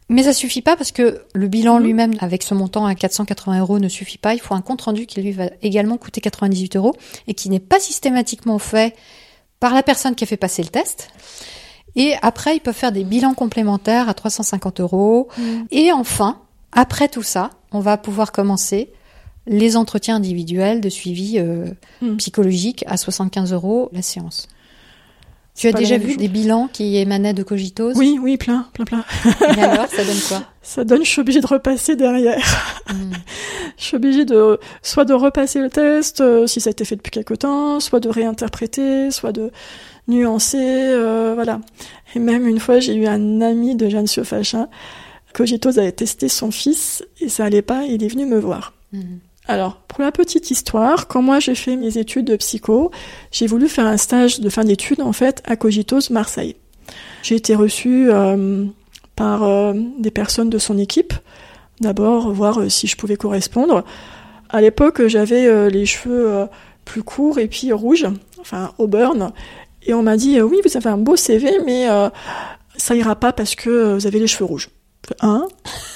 Mais ça suffit pas parce que le bilan Mmh. lui-même, avec ce montant à quatre cent quatre-vingts euros, ne suffit pas. Il faut un compte-rendu qui lui va également coûter quatre-vingt-dix-huit euros et qui n'est pas systématiquement fait par la personne qui a fait passer le test. Et après, ils peuvent faire des bilans complémentaires à trois cent cinquante euros. Mmh. Et enfin, après tout ça, on va pouvoir commencer les entretiens individuels de suivi euh, Mmh. psychologique à soixante-quinze euros la séance. Tu C'est as pas la déjà même vu chose. des bilans qui émanaient de Cogitos? Oui, oui, plein, plein, plein. Et alors, ça donne quoi? Ça donne, je suis obligée de repasser derrière. Mmh. Je suis obligée de, soit de repasser le test, euh, si ça a été fait depuis quelque temps, soit de réinterpréter, soit de nuancer, euh, voilà. Et même une fois, j'ai eu un ami de Jeanne Siofachin, Cogitos avait testé son fils, et ça allait pas, il est venu me voir. Mmh. Alors, pour la petite histoire, quand moi j'ai fait mes études de psycho, j'ai voulu faire un stage de fin d'études, en fait, à Cogitos Marseille. J'ai été reçue euh, par euh, des personnes de son équipe, d'abord voir euh, si je pouvais correspondre. À l'époque, j'avais euh, les cheveux euh, plus courts et puis rouges, enfin auburn, et on m'a dit euh, oui, vous avez un beau C V, mais euh, ça ira pas parce que euh, vous avez les cheveux rouges. Hein?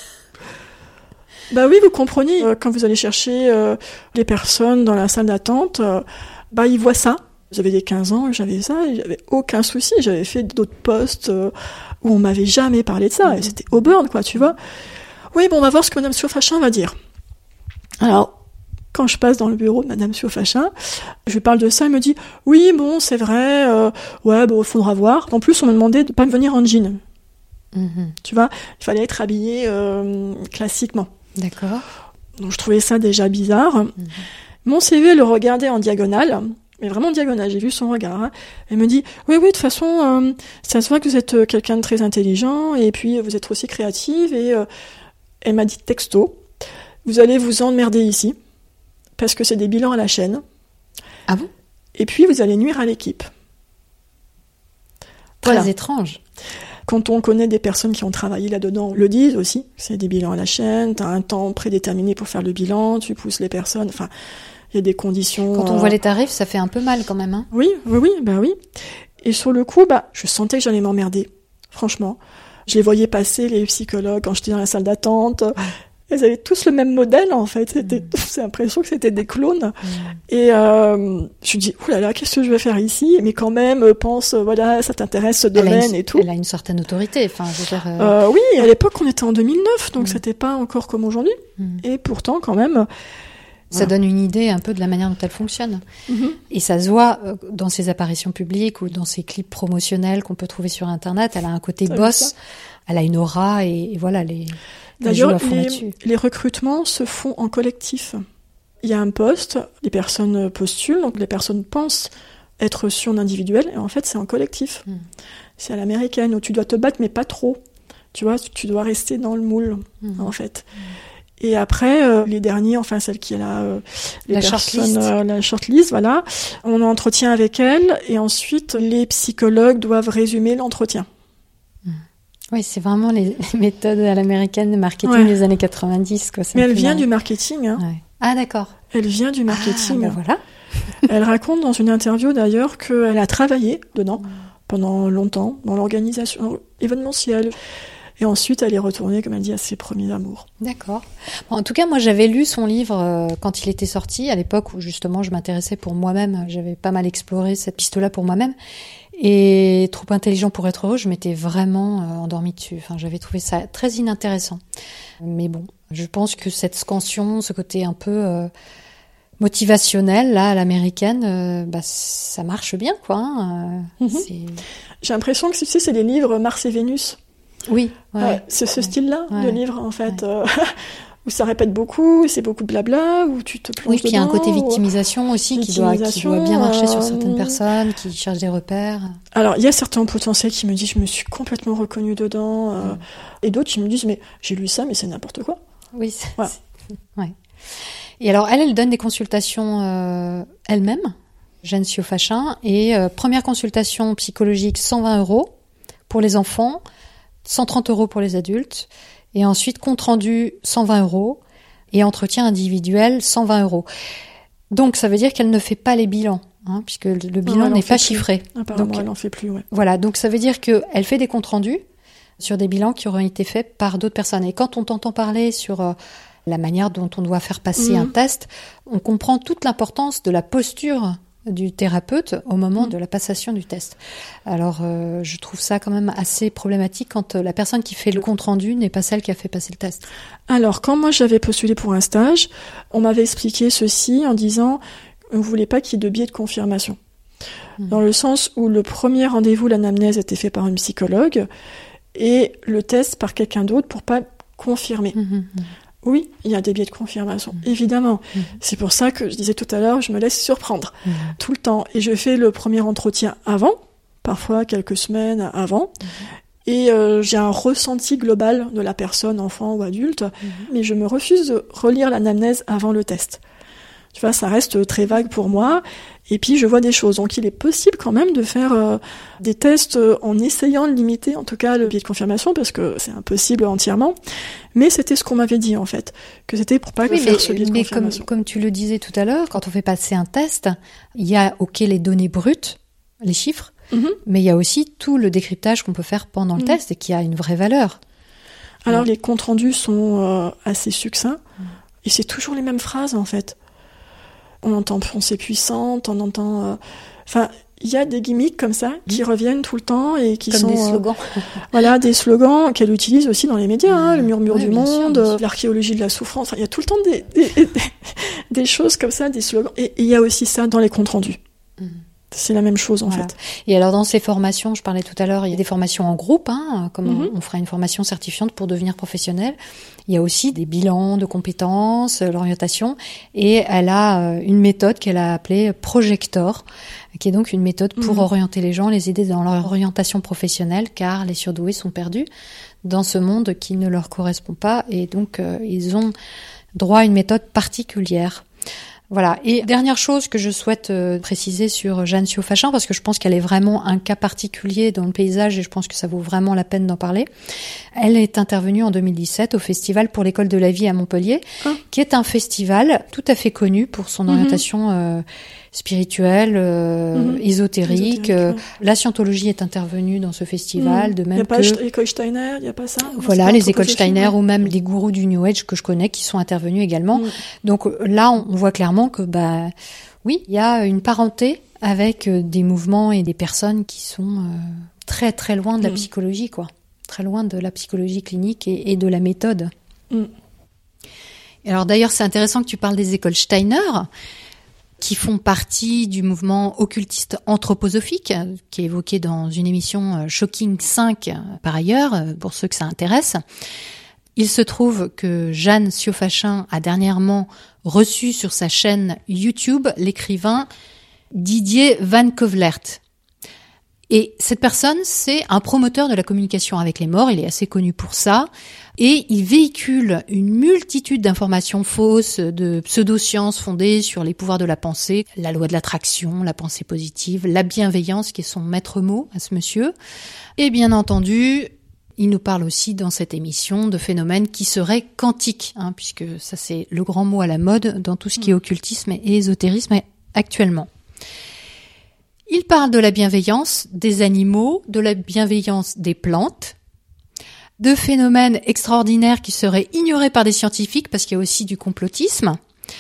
Bah oui, vous comprenez, euh, quand vous allez chercher euh, les personnes dans la salle d'attente, euh, bah ils voient ça. J'avais des quinze ans, j'avais ça, et j'avais aucun souci. J'avais fait d'autres postes euh, où on m'avait jamais parlé de ça, et c'était auburn, quoi, tu vois. Oui, bon, on va voir ce que Madame Siofachin va dire. Alors, quand je passe dans le bureau de Madame Siofachin, je lui parle de ça, elle me dit « Oui, bon, c'est vrai, euh, ouais, bon, il faudra voir. » En plus, on m'a demandé de pas me venir en jean. Mmh. Tu vois, il fallait être habillé euh, classiquement. D'accord. Donc je trouvais ça déjà bizarre. Mmh. Mon C V, elle le regardait en diagonale, mais vraiment en diagonale, j'ai vu son regard. Hein. Elle me dit « Oui, oui, de toute façon, euh, ça se voit que vous êtes quelqu'un de très intelligent, et puis vous êtes aussi créative. » Et euh, elle m'a dit texto « Vous allez vous emmerder ici, parce que c'est des bilans à la chaîne. Ah bon? Et puis vous allez nuire à l'équipe. » Très Voilà. étrange. Quand on connaît des personnes qui ont travaillé là-dedans, le disent aussi, c'est des bilans à la chaîne, t'as un temps prédéterminé pour faire le bilan, tu pousses les personnes, enfin, il y a des conditions... Quand on euh... voit les tarifs, ça fait un peu mal quand même, hein. Oui, oui, oui, bah oui. Et sur le coup, bah, je sentais que j'allais m'emmerder, franchement. Je les voyais passer, les psychologues, quand j'étais dans la salle d'attente. Elles avaient tous le même modèle, en fait. C'était, mmh. J'ai l'impression que c'était des clones. Mmh. Et euh, je me dis, oh là là, qu'est-ce que je vais faire ici? Mais quand même, pense, voilà, ça t'intéresse ce domaine une, et tout. Elle a une certaine autorité. Enfin, je veux dire. Euh... Euh, oui, à l'époque, on était en deux mille neuf, donc mmh. c'était pas encore comme aujourd'hui. Mmh. Et pourtant, quand même. Ça voilà. donne une idée un peu de la manière dont elle fonctionne. Mmh. Et ça se voit dans ses apparitions publiques ou dans ses clips promotionnels qu'on peut trouver sur Internet. Elle a un côté ça boss, elle a une aura et, et voilà, les. D'ailleurs, les, les recrutements se font en collectif. Il y a un poste, les personnes postulent, donc les personnes pensent être reçues en individuel, et en fait, c'est en collectif. Mmh. C'est à l'américaine, où tu dois te battre, mais pas trop. Tu vois, tu dois rester dans le moule, mmh. en fait. Mmh. Et après, euh, les derniers, enfin, celle qui est là, euh, les la personnes, shortlist. Euh, la shortlist, voilà, on entretient avec elles, et ensuite, les psychologues doivent résumer l'entretien. Oui, c'est vraiment les, les méthodes à l'américaine de marketing ouais. des années quatre-vingt-dix. Quoi. Mais elle vient mal. du marketing. Hein. Ouais. Ah, d'accord. Elle vient du marketing. Ah, ben voilà. Elle raconte dans une interview d'ailleurs qu'elle a travaillé dedans mmh. pendant longtemps, dans l'organisation événementielle. Et ensuite, elle est retournée, comme elle dit, à ses premiers amours. D'accord. Bon, en tout cas, moi, j'avais lu son livre euh, quand il était sorti, à l'époque où justement je m'intéressais pour moi-même. J'avais pas mal exploré cette piste-là pour moi-même. Et Trop intelligent pour être heureux, je m'étais vraiment euh, endormie dessus. Enfin, j'avais trouvé ça très inintéressant. Mais bon, je pense que cette scansion, ce côté un peu euh, motivationnel, là, à l'américaine, euh, bah, ça marche bien, quoi. Hein. Euh, mm-hmm. c'est... J'ai l'impression que tu sais, c'est les livres Mars et Vénus. Oui. Ouais, ouais, c'est ce ouais, style-là ouais, de livre, en fait. Ouais. Euh, où ça répète beaucoup, c'est beaucoup de blabla, où tu te plonges oui, dedans. Oui, qu'il y a un côté victimisation ou... aussi, victimisation, qui, doit, qui doit bien marcher euh... sur certaines personnes, qui cherchent des repères. Alors, il y a certains potentiels qui me disent, je me suis complètement reconnue dedans, euh, mm. et d'autres qui me disent, mais j'ai lu ça, mais c'est n'importe quoi. Oui, c'est... Voilà. c'est... Ouais. Et alors, elle, elle donne des consultations euh, elle-même, Jeanne Siofachin, et euh, première consultation psychologique, cent vingt euros pour les enfants, cent trente euros pour les adultes, et ensuite compte rendu cent vingt euros et entretien individuel cent vingt euros. Donc ça veut dire qu'elle ne fait pas les bilans, hein, puisque le bilan non, n'est pas plus. chiffré. Apparemment, donc, elle n'en fait plus, ouais. Voilà, donc ça veut dire qu'elle fait des comptes rendus sur des bilans qui auront été faits par d'autres personnes. Et quand on t'entend parler sur euh, la manière dont on doit faire passer mmh. un test, on comprend toute l'importance de la posture du thérapeute au moment mmh. de la passation du test. Alors, euh, je trouve ça quand même assez problématique quand la personne qui fait le compte-rendu n'est pas celle qui a fait passer le test. Alors, quand moi j'avais postulé pour un stage, on m'avait expliqué ceci en disant on ne voulait pas qu'il y ait de biais de confirmation. Mmh. Dans le sens où le premier rendez-vous, l'anamnèse était fait par une psychologue et le test par quelqu'un d'autre pour pas confirmer. Mmh. Oui, il y a des biais de confirmation, mmh. évidemment. Mmh. C'est pour ça que je disais tout à l'heure, je me laisse surprendre mmh. tout le temps. Et je fais le premier entretien avant, parfois quelques semaines avant, mmh. et euh, j'ai un ressenti global de la personne, enfant ou adulte, mmh. mais je me refuse de relire l'anamnèse avant le test. Tu vois, ça reste très vague pour moi. Et puis, je vois des choses. Donc, il est possible quand même de faire euh, des tests en essayant de limiter, en tout cas, le biais de confirmation, parce que c'est impossible entièrement. Mais c'était ce qu'on m'avait dit, en fait, que c'était pour pas oui, faire mais, ce biais de mais confirmation. Comme, comme tu le disais tout à l'heure, quand on fait passer un test, il y a, OK, les données brutes, les chiffres, mm-hmm. mais il y a aussi tout le décryptage qu'on peut faire pendant le mm. test et qui a une vraie valeur. Alors, ouais. les comptes rendus sont euh, assez succincts, mm. et c'est toujours les mêmes phrases, en fait. On entend pensée puissante, on entend... Enfin, euh, il y a des gimmicks comme ça qui mmh. reviennent tout le temps et qui comme sont... des slogans. Euh, voilà, des slogans qu'elle utilise aussi dans les médias, mmh. hein, le murmure ouais, du monde, sûr, euh, l'archéologie de la souffrance. Enfin, il y a tout le temps des, des, des, des choses comme ça, des slogans. Et il y a aussi ça dans les comptes rendus. Mmh. C'est la même chose, en voilà. fait. Et alors, dans ces formations, je parlais tout à l'heure, il y a des formations en groupe, hein, comme mm-hmm. on, on fera une formation certifiante pour devenir professionnel. Il y a aussi des bilans de compétences, l'orientation. Et elle a une méthode qu'elle a appelée Projector, qui est donc une méthode pour mm-hmm. orienter les gens, les aider dans leur orientation professionnelle, car les surdoués sont perdus dans ce monde qui ne leur correspond pas. Et donc, euh, ils ont droit à une méthode particulière. Voilà. Et dernière chose que je souhaite euh, préciser sur Jeanne Siofachin, parce que je pense qu'elle est vraiment un cas particulier dans le paysage et je pense que ça vaut vraiment la peine d'en parler. Elle est intervenue en deux mille dix-sept au Festival pour l'école de la vie à Montpellier, oh. qui est un festival tout à fait connu pour son orientation mm-hmm. euh, spirituelle, euh, mm-hmm. ésotérique. ésotérique euh, ouais. La scientologie est intervenue dans ce festival, mm. de même il y a pas que... l'école Steiner, il n'y a pas ça. Voilà, les écoles Steiner ouais. ou même les gourous du New Age que je connais qui sont intervenus également. Mm. Donc là, on voit clairement que, bah, oui, il y a une parenté avec des mouvements et des personnes qui sont euh, très très loin de la mm. psychologie, quoi. Très loin de la psychologie clinique et, et de la méthode. Mm. Et alors d'ailleurs, c'est intéressant que tu parles des écoles Steiner, qui font partie du mouvement occultiste anthroposophique, qui est évoqué dans une émission Shocking cinq, par ailleurs, pour ceux que ça intéresse. Il se trouve que Jeanne Siofachin a dernièrement reçu sur sa chaîne YouTube l'écrivain Didier Van Kovlert. Et cette personne, c'est un promoteur de la communication avec les morts, il est assez connu pour ça, et il véhicule une multitude d'informations fausses, de pseudosciences fondées sur les pouvoirs de la pensée, la loi de l'attraction, la pensée positive, la bienveillance, qui est son maître mot à ce monsieur. Et bien entendu, il nous parle aussi dans cette émission de phénomènes qui seraient quantiques, hein, puisque ça c'est le grand mot à la mode dans tout ce qui est occultisme et ésotérisme actuellement. Il parle de la bienveillance des animaux, de la bienveillance des plantes, de phénomènes extraordinaires qui seraient ignorés par des scientifiques parce qu'il y a aussi du complotisme.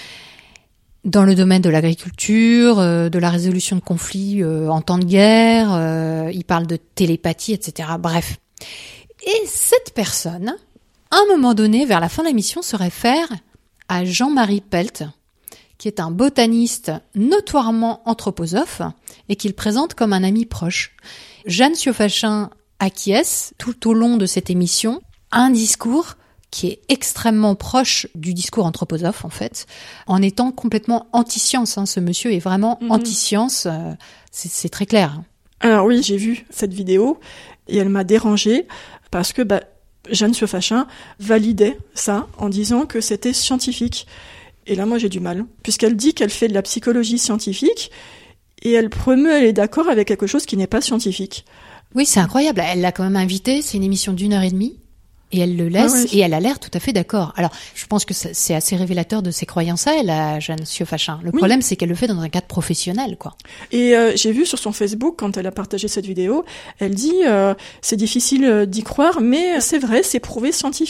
Dans le domaine de l'agriculture, euh, de la résolution de conflits euh, en temps de guerre, euh, il parle de télépathie, et cetera. Bref. Et cette personne, à un moment donné, vers la fin de l'émission, se réfère à Jean-Marie Pelt, qui est un botaniste notoirement anthroposophe et qu'il présente comme un ami proche. Jeanne Siofachin acquiesce tout au long de cette émission à un discours qui est extrêmement proche du discours anthroposophe, en fait, en étant complètement anti-science. Hein. Ce monsieur est vraiment mmh. anti-science, euh, c'est, c'est très clair. Alors oui, j'ai vu cette vidéo et elle m'a dérangée parce que bah, Jeanne Siofachin validait ça en disant que c'était scientifique. Et là, moi, j'ai du mal, puisqu'elle dit qu'elle fait de la psychologie scientifique et elle promeut, elle est d'accord avec quelque chose qui n'est pas scientifique. Oui, c'est incroyable. Elle l'a quand même invitée. C'est une émission d'une heure et demie. Et elle le laisse, ah ouais. et elle a l'air tout à fait d'accord. Alors, je pense que c'est assez révélateur de ses croyances à elle, à Jeanne Siofachin. Le oui. problème, c'est qu'elle le fait dans un cadre professionnel, quoi. Et euh, j'ai vu sur son Facebook, quand elle a partagé cette vidéo, elle dit euh, « c'est difficile d'y croire, mais c'est vrai, c'est prouvé scientifiquement ».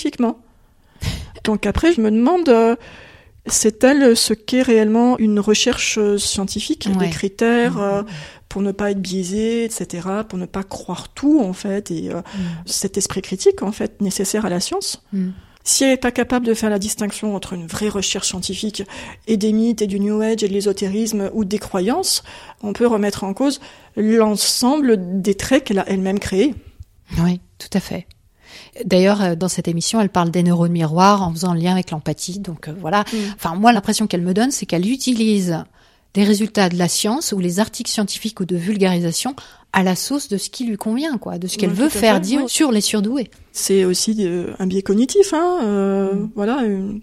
Donc après, je me demande... Euh, c'est-elle ce qu'est réellement une recherche scientifique, ouais. des critères euh, pour ne pas être biaisé, et cetera, pour ne pas croire tout, en fait, et euh, mm. cet esprit critique, en fait, nécessaire à la science. Mm. Si elle n'est pas capable de faire la distinction entre une vraie recherche scientifique et des mythes et du New Age et de l'ésotérisme ou des croyances, on peut remettre en cause l'ensemble des traits qu'elle a elle-même créés. Oui, tout à fait. D'ailleurs, dans cette émission, elle parle des neurones miroirs en faisant le lien avec l'empathie. Donc euh, voilà. Mm. Enfin, moi, l'impression qu'elle me donne, c'est qu'elle utilise les résultats de la science ou les articles scientifiques ou de vulgarisation à la sauce de ce qui lui convient, quoi, de ce qu'elle oui, veut faire fait, dire oui. sur les surdoués. C'est aussi euh, un biais cognitif, hein. Euh, mm. Voilà. Une...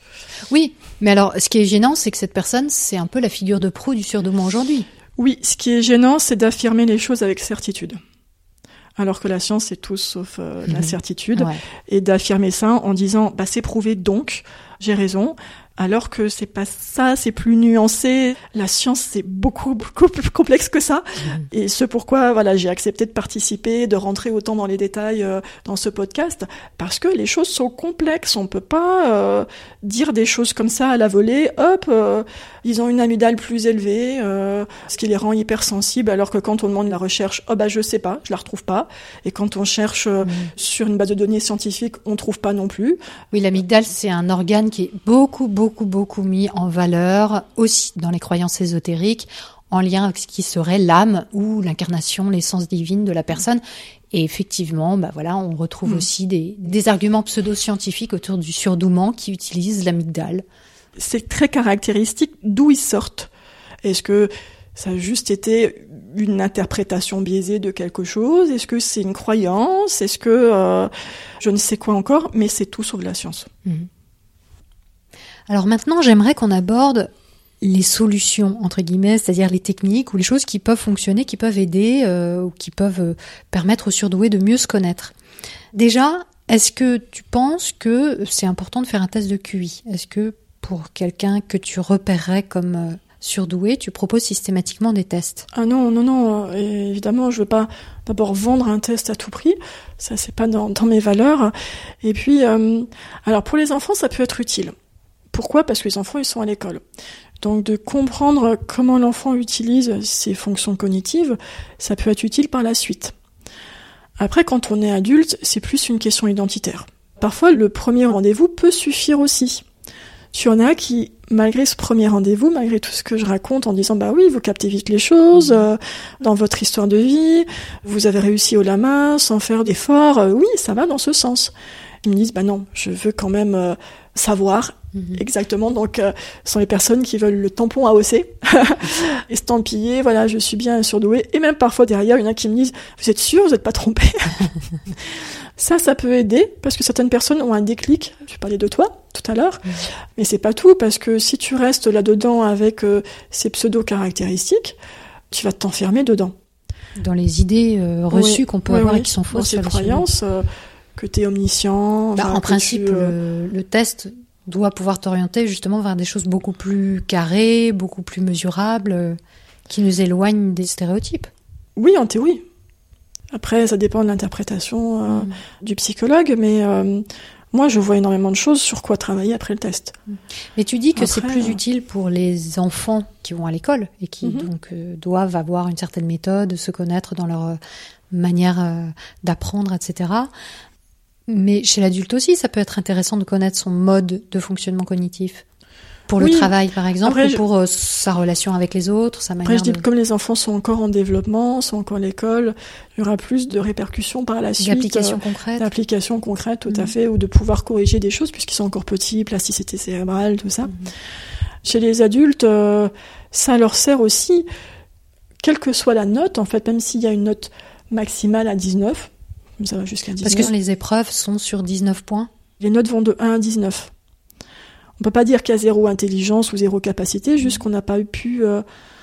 Oui, mais alors, ce qui est gênant, c'est que cette personne, c'est un peu la figure de proue du surdouement aujourd'hui. Oui, ce qui est gênant, c'est d'affirmer les choses avec certitude. Alors que la science, c'est tout sauf euh, mmh. l'incertitude. Ouais. Et d'affirmer ça en disant, bah, c'est prouvé, donc, j'ai raison. Alors que c'est pas ça, c'est plus nuancé. La science, c'est beaucoup, beaucoup plus complexe que ça. Mmh. Et ce pourquoi, voilà, j'ai accepté de participer, de rentrer autant dans les détails euh, dans ce podcast, parce que les choses sont complexes. On peut pas euh, dire des choses comme ça à la volée. Hop, euh, ils ont une amygdale plus élevée, euh, ce qui les rend hypersensibles, alors que quand on demande la recherche, oh bah je sais pas, je la retrouve pas. Et quand on cherche euh, mmh. sur une base de données scientifique, on trouve pas non plus. Oui, l'amygdale, c'est un organe qui est beaucoup, beaucoup beaucoup, beaucoup mis en valeur, aussi dans les croyances ésotériques, en lien avec ce qui serait l'âme ou l'incarnation, l'essence divine de la personne. Et effectivement, bah voilà, on retrouve mmh. aussi des, des arguments pseudo-scientifiques autour du surdouement qui utilisent l'amygdale. C'est très caractéristique d'où ils sortent. Est-ce que ça a juste été une interprétation biaisée de quelque chose? Est-ce que c'est une croyance? Est-ce que euh, je ne sais quoi encore? Mais c'est tout sauf la science. Mmh. Alors maintenant, j'aimerais qu'on aborde les solutions, entre guillemets, c'est-à-dire les techniques ou les choses qui peuvent fonctionner, qui peuvent aider euh, ou qui peuvent euh, permettre aux surdoués de mieux se connaître. Déjà, est-ce que tu penses que c'est important de faire un test de Q I? Est-ce que pour quelqu'un que tu repérerais comme euh, surdoué, tu proposes systématiquement des tests? Ah non, non, non, et évidemment, je veux pas d'abord vendre un test à tout prix, ça c'est pas dans, dans mes valeurs. Et puis, euh, alors pour les enfants, ça peut être utile. Pourquoi ? Parce que les enfants, ils sont à l'école. Donc, de comprendre comment l'enfant utilise ses fonctions cognitives, ça peut être utile par la suite. Après, quand on est adulte, c'est plus une question identitaire. Parfois, le premier rendez-vous peut suffire aussi. Tu en as qui, malgré ce premier rendez-vous, malgré tout ce que je raconte en disant « bah oui, vous captez vite les choses, euh, dans votre histoire de vie, vous avez réussi haut la main, sans faire d'efforts, euh, oui, ça va dans ce sens ». Ils me disent « bah non, je veux quand même euh, savoir ». Mmh. Exactement, donc euh, ce sont les personnes qui veulent le tampon A O C, estampillé, voilà, je suis bien surdouée, et même parfois derrière, il y en a qui me disent « vous êtes sûr, vous n'êtes pas trompé ?» Ça, ça peut aider, parce que certaines personnes ont un déclic, je parlais de toi tout à l'heure, mmh. mais c'est pas tout, parce que si tu restes là-dedans avec euh, ces pseudo-caractéristiques, tu vas t'enfermer dedans. Dans les idées euh, reçues oui, qu'on peut oui, avoir oui. et qui sont fausses. Dans ces croyances, euh, que t'es omniscient. Bah, en principe, tu, euh... le, le test doit pouvoir t'orienter justement vers des choses beaucoup plus carrées, beaucoup plus mesurables, euh, qui nous éloignent des stéréotypes. Oui, en théorie. Après, ça dépend de l'interprétation euh, mmh. du psychologue, mais euh, moi, je vois énormément de choses sur quoi travailler après le test. Mais tu dis que après, c'est plus euh... utile pour les enfants qui vont à l'école et qui mmh. donc euh, doivent avoir une certaine méthode, se connaître dans leur euh, manière euh, d'apprendre, et cetera. Mais chez l'adulte aussi, ça peut être intéressant de connaître son mode de fonctionnement cognitif. Pour oui. le travail, par exemple, Après, ou pour euh, sa relation avec les autres, sa manière Après, je dis de... que comme les enfants sont encore en développement, sont encore à l'école, il y aura plus de répercussions par la suite. D'applications euh, concrètes. D'applications concrètes, tout mmh. à fait, ou de pouvoir corriger des choses, puisqu'ils sont encore petits, plasticité cérébrale, tout ça. Mmh. Chez les adultes, euh, ça leur sert aussi, quelle que soit la note, en fait, même s'il y a une note maximale à dix-neuf, ça va jusqu'à dix-neuf. Parce que les épreuves sont sur dix-neuf points. Les notes vont de un à dix-neuf. On peut pas dire qu'il y a zéro intelligence ou zéro capacité, juste qu'on n'a pas pu euh,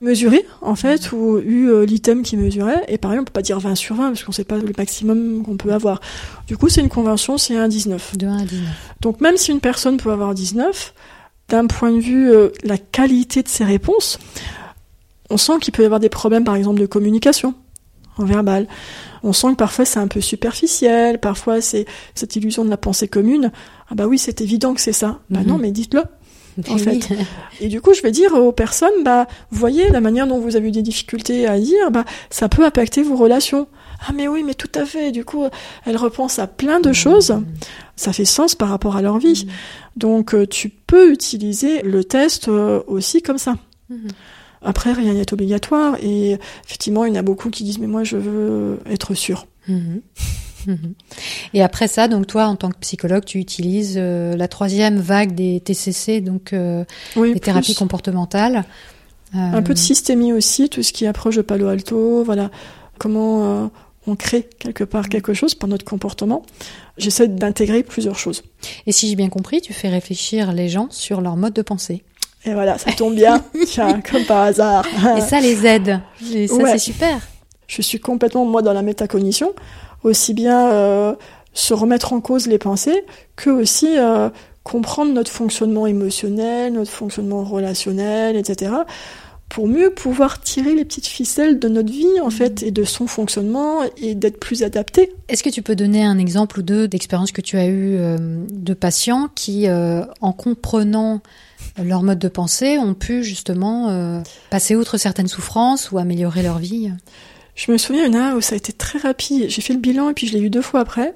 mesuré, en fait, ou eu euh, l'item qui mesurait, et pareil, on peut pas dire vingt sur vingt, parce qu'on sait pas le maximum qu'on peut avoir. Du coup, c'est une convention, c'est un à dix-neuf. De un à dix-neuf. Donc, même si une personne peut avoir dix-neuf, d'un point de vue euh, la qualité de ses réponses, on sent qu'il peut y avoir des problèmes, par exemple, de communication en verbal. On sent que parfois c'est un peu superficiel, parfois c'est cette illusion de la pensée commune. Ah bah oui, c'est évident que c'est ça. Bah mm-hmm. non, mais dites-le. En fait. Et du coup, je vais dire aux personnes, bah, vous voyez, la manière dont vous avez eu des difficultés à dire, bah, ça peut impacter vos relations. Ah, mais oui, mais tout à fait. Du coup, elles repensent à plein de choses. Ça fait sens par rapport à leur vie. Donc, euh, tu peux utiliser le test euh, aussi comme ça. Après, rien n'est obligatoire. Et effectivement, il y en a beaucoup qui disent, mais moi, je veux être sûr. Et après ça, donc toi, en tant que psychologue, tu utilises euh, la troisième vague des T C C, donc euh, oui, les thérapies plus. comportementales. Euh... Un peu de systémie aussi, tout ce qui approche de Palo Alto, voilà, comment euh, on crée quelque part quelque chose par notre comportement. J'essaie d'intégrer plusieurs choses. Et si j'ai bien compris, tu fais réfléchir les gens sur leur mode de pensée. Et voilà, ça tombe bien, tiens, comme par hasard. Et ça les aide. Et ça, ouais. C'est super. Je suis complètement, moi, dans la métacognition. Aussi bien euh, se remettre en cause les pensées, que aussi euh, comprendre notre fonctionnement émotionnel, notre fonctionnement relationnel, et cetera, pour mieux pouvoir tirer les petites ficelles de notre vie, en fait, et de son fonctionnement, et d'être plus adapté. Est-ce que tu peux donner un exemple ou deux d'expériences que tu as eues euh, de patients qui, euh, en comprenant leur mode de pensée, ont pu justement euh, passer outre certaines souffrances ou améliorer leur vie ? Je me souviens, il y en a un où ça a été très rapide. J'ai fait le bilan et puis je l'ai eu deux fois après.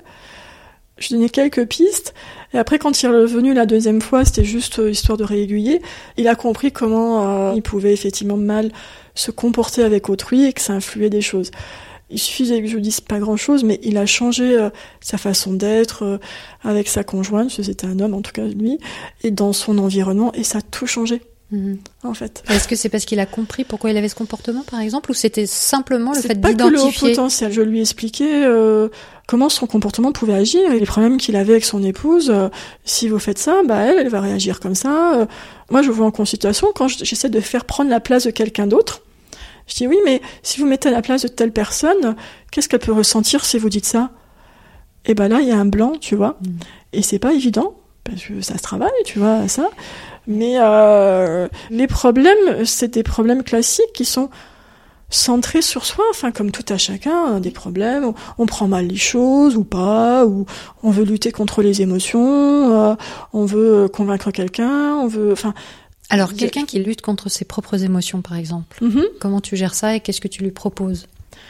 Je donnais quelques pistes. Et après, quand il est revenu la deuxième fois, c'était juste euh, histoire de réaiguiller. Il a compris comment euh, il pouvait effectivement mal se comporter avec autrui et que ça influait des choses. Il suffisait que je dise pas grand-chose, mais il a changé euh, sa façon d'être euh, avec sa conjointe, parce que c'était un homme en tout cas lui, et dans son environnement, et ça a tout changé. Mmh. En fait. Est-ce que c'est parce qu'il a compris pourquoi il avait ce comportement, par exemple, ou c'était simplement le c'est fait pas d'identifier que le haut potentiel. Je lui ai expliqué euh, comment son comportement pouvait agir et les problèmes qu'il avait avec son épouse. Euh, si vous faites ça, bah elle, elle va réagir comme ça. Euh, moi, je vois en consultation quand j'essaie de faire prendre la place de quelqu'un d'autre. Je dis oui, mais si vous mettez à la place de telle personne, qu'est-ce qu'elle peut ressentir si vous dites ça ? Et ben là, il y a un blanc, tu vois. Mmh. Et c'est pas évident parce que ça se travaille, tu vois, ça. Mais euh, les problèmes, c'est des problèmes classiques qui sont centrés sur soi, enfin comme tout à chacun, des problèmes, on, on prend mal les choses ou pas, ou on veut lutter contre les émotions, euh, on veut convaincre quelqu'un, on veut... enfin. Alors, quelqu'un qui lutte contre ses propres émotions, par exemple, mm-hmm. comment tu gères ça et qu'est-ce que tu lui proposes ?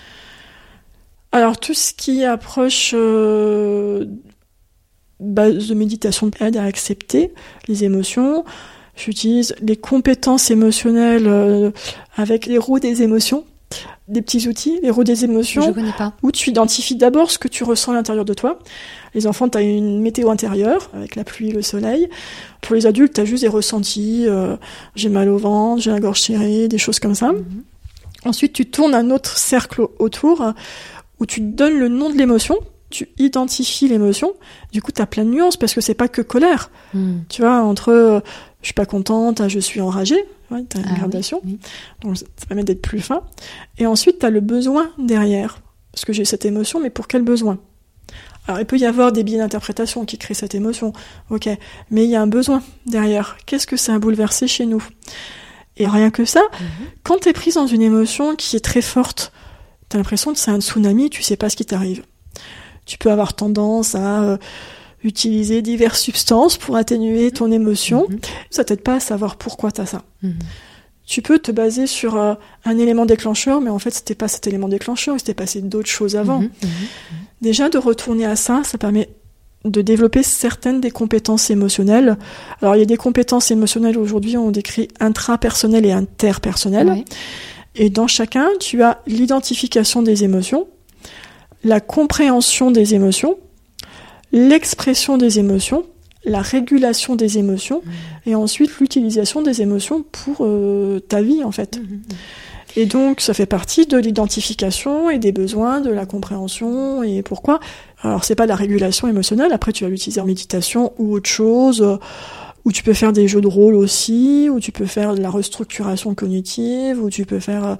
Alors, tout ce qui approche... Euh, base de méditation aide à accepter les émotions. J'utilise les compétences émotionnelles euh, avec les roues des émotions, des petits outils, les roues des émotions. Je connais pas. Où tu identifies d'abord ce que tu ressens à l'intérieur de toi. Les enfants, t'as une météo intérieure avec la pluie, le soleil. Pour les adultes, t'as juste des ressentis. Euh, j'ai mal au ventre, j'ai la gorge serrée, des choses comme ça. Mm-hmm. Ensuite, tu tournes un autre cercle autour où tu donnes le nom de l'émotion. Tu identifies l'émotion, du coup t'as plein de nuances parce que c'est pas que colère. Mm. Tu vois, entre euh, je suis pas contente, je suis enragée, ouais, t'as une ah, gradation, oui, oui. Donc ça permet d'être plus fin. Et ensuite t'as le besoin derrière, parce que j'ai cette émotion, mais pour quel besoin ? Alors il peut y avoir des biais d'interprétation qui créent cette émotion, ok, mais il y a un besoin derrière. Qu'est-ce que ça a bouleversé chez nous ? Et rien que ça, mm-hmm. quand t'es prise dans une émotion qui est très forte, t'as l'impression que c'est un tsunami, tu sais pas ce qui t'arrive. Tu peux avoir tendance à euh, utiliser diverses substances pour atténuer ton émotion. Mmh. Ça t'aide pas à savoir pourquoi t'as ça. Mmh. Tu peux te baser sur euh, un élément déclencheur, mais en fait, c'était pas cet élément déclencheur, il s'était passé d'autres choses avant. Mmh. Mmh. Déjà, de retourner à ça, ça permet de développer certaines des compétences émotionnelles. Alors, il y a des compétences émotionnelles aujourd'hui, on décrit intrapersonnelles et interpersonnelles. Oui. Et dans chacun, tu as l'identification des émotions, la compréhension des émotions, l'expression des émotions, la régulation des émotions, mmh. et ensuite l'utilisation des émotions pour euh, ta vie, en fait. Mmh. Et donc, ça fait partie de l'identification et des besoins, de la compréhension, et pourquoi. Alors, c'est pas la régulation émotionnelle, après tu vas l'utiliser en méditation ou autre chose, Ou tu peux faire des jeux de rôle aussi, ou tu peux faire de la restructuration cognitive, ou tu peux faire...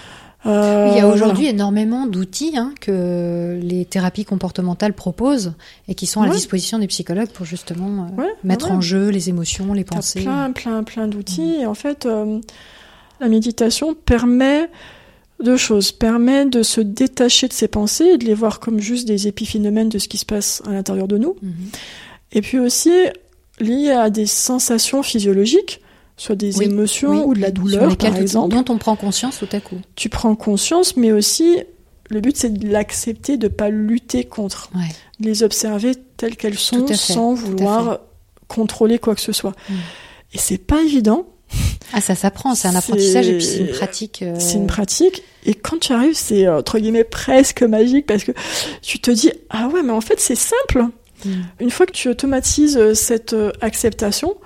Euh, Il y a aujourd'hui voilà. énormément d'outils hein, que les thérapies comportementales proposent et qui sont à ouais. la disposition des psychologues pour justement euh, ouais, mettre ouais. en jeu les émotions, les T'as pensées. plein, plein, plein d'outils. Mmh. Et en fait, euh, la méditation permet deux choses. Permet de se détacher de ses pensées et de les voir comme juste des épiphénomènes de ce qui se passe à l'intérieur de nous. Mmh. Et puis aussi, lié à des sensations physiologiques, soit des oui, émotions oui, ou de la douleur, par exemple. Dont on prend conscience tout à coup. Tu prends conscience, mais aussi, le but, c'est de l'accepter, de ne pas lutter contre. Ouais. De les observer telles qu'elles sont, sans vouloir contrôler quoi que ce soit. Mm. Et c'est pas évident. Ah, ça s'apprend, c'est un apprentissage, c'est... et puis c'est une pratique. Euh... C'est une pratique, et quand tu arrives, c'est, entre guillemets, presque magique, parce que tu te dis, ah ouais, mais en fait, c'est simple. Mm. Une fois que tu automatises cette acceptation,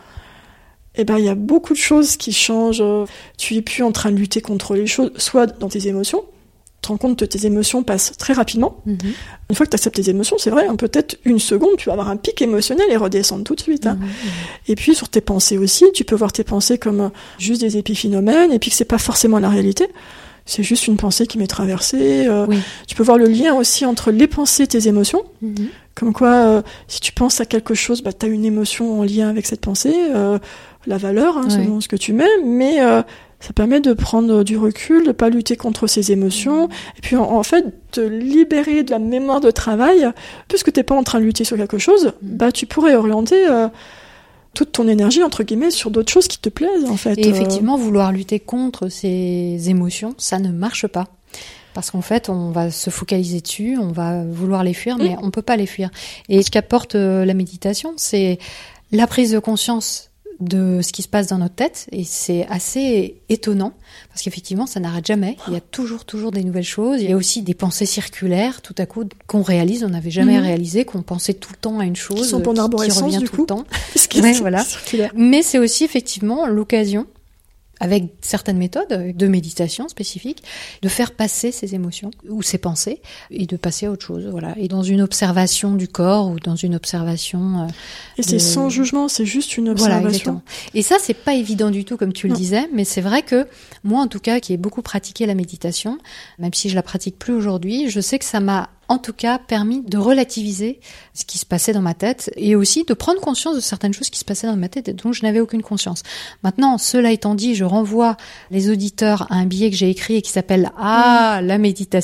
eh ben, il y a beaucoup de choses qui changent. Tu es plus en train de lutter contre les choses, soit dans tes émotions. Tu te rends compte que tes émotions passent très rapidement. Mm-hmm. Une fois que tu acceptes tes émotions, c'est vrai, hein, peut-être une seconde, tu vas avoir un pic émotionnel et redescendre tout de suite. Hein. Mm-hmm. Et puis, sur tes pensées aussi, tu peux voir tes pensées comme juste des épiphénomènes, et puis que c'est pas forcément la réalité. C'est juste une pensée qui m'est traversée. Euh, oui. Tu peux voir le lien aussi entre les pensées et tes émotions. Mm-hmm. Comme quoi, euh, si tu penses à quelque chose, bah, tu as une émotion en lien avec cette pensée. Euh, la valeur, hein, selon oui. ce que tu mets, mais euh, ça permet de prendre du recul, de pas lutter contre ses émotions, et puis en, en fait, de libérer de la mémoire de travail, puisque t'es pas en train de lutter sur quelque chose, bah tu pourrais orienter euh, toute ton énergie, entre guillemets, sur d'autres choses qui te plaisent, en fait. Et effectivement, euh... vouloir lutter contre ces émotions, ça ne marche pas. Parce qu'en fait, on va se focaliser dessus, on va vouloir les fuir, mais mmh. on peut pas les fuir. Et ce qu'apporte euh, la méditation, c'est la prise de conscience de ce qui se passe dans notre tête, et c'est assez étonnant parce qu'effectivement ça n'arrête jamais, il y a toujours toujours des nouvelles choses, il y a aussi des pensées circulaires tout à coup qu'on réalise, on n'avait jamais mmh. réalisé qu'on pensait tout le temps à une chose qui, sont pour qui, qui revient du tout coup. le temps ouais, voilà. Mais c'est aussi effectivement l'occasion, avec certaines méthodes de méditation spécifiques, de faire passer ses émotions ou ses pensées et de passer à autre chose, voilà. Et dans une observation du corps ou dans une observation. Euh, et c'est de... sans jugement, c'est juste une observation. Voilà, exactement. Et ça, c'est pas évident du tout, comme tu non. le disais, mais c'est vrai que moi, en tout cas, qui ai beaucoup pratiqué la méditation, même si je la pratique plus aujourd'hui, je sais que ça m'a en tout cas permis de relativiser ce qui se passait dans ma tête et aussi de prendre conscience de certaines choses qui se passaient dans ma tête et dont je n'avais aucune conscience. Maintenant, cela étant dit, je renvoie les auditeurs à un billet que j'ai écrit et qui s'appelle « Ah, la méditation !»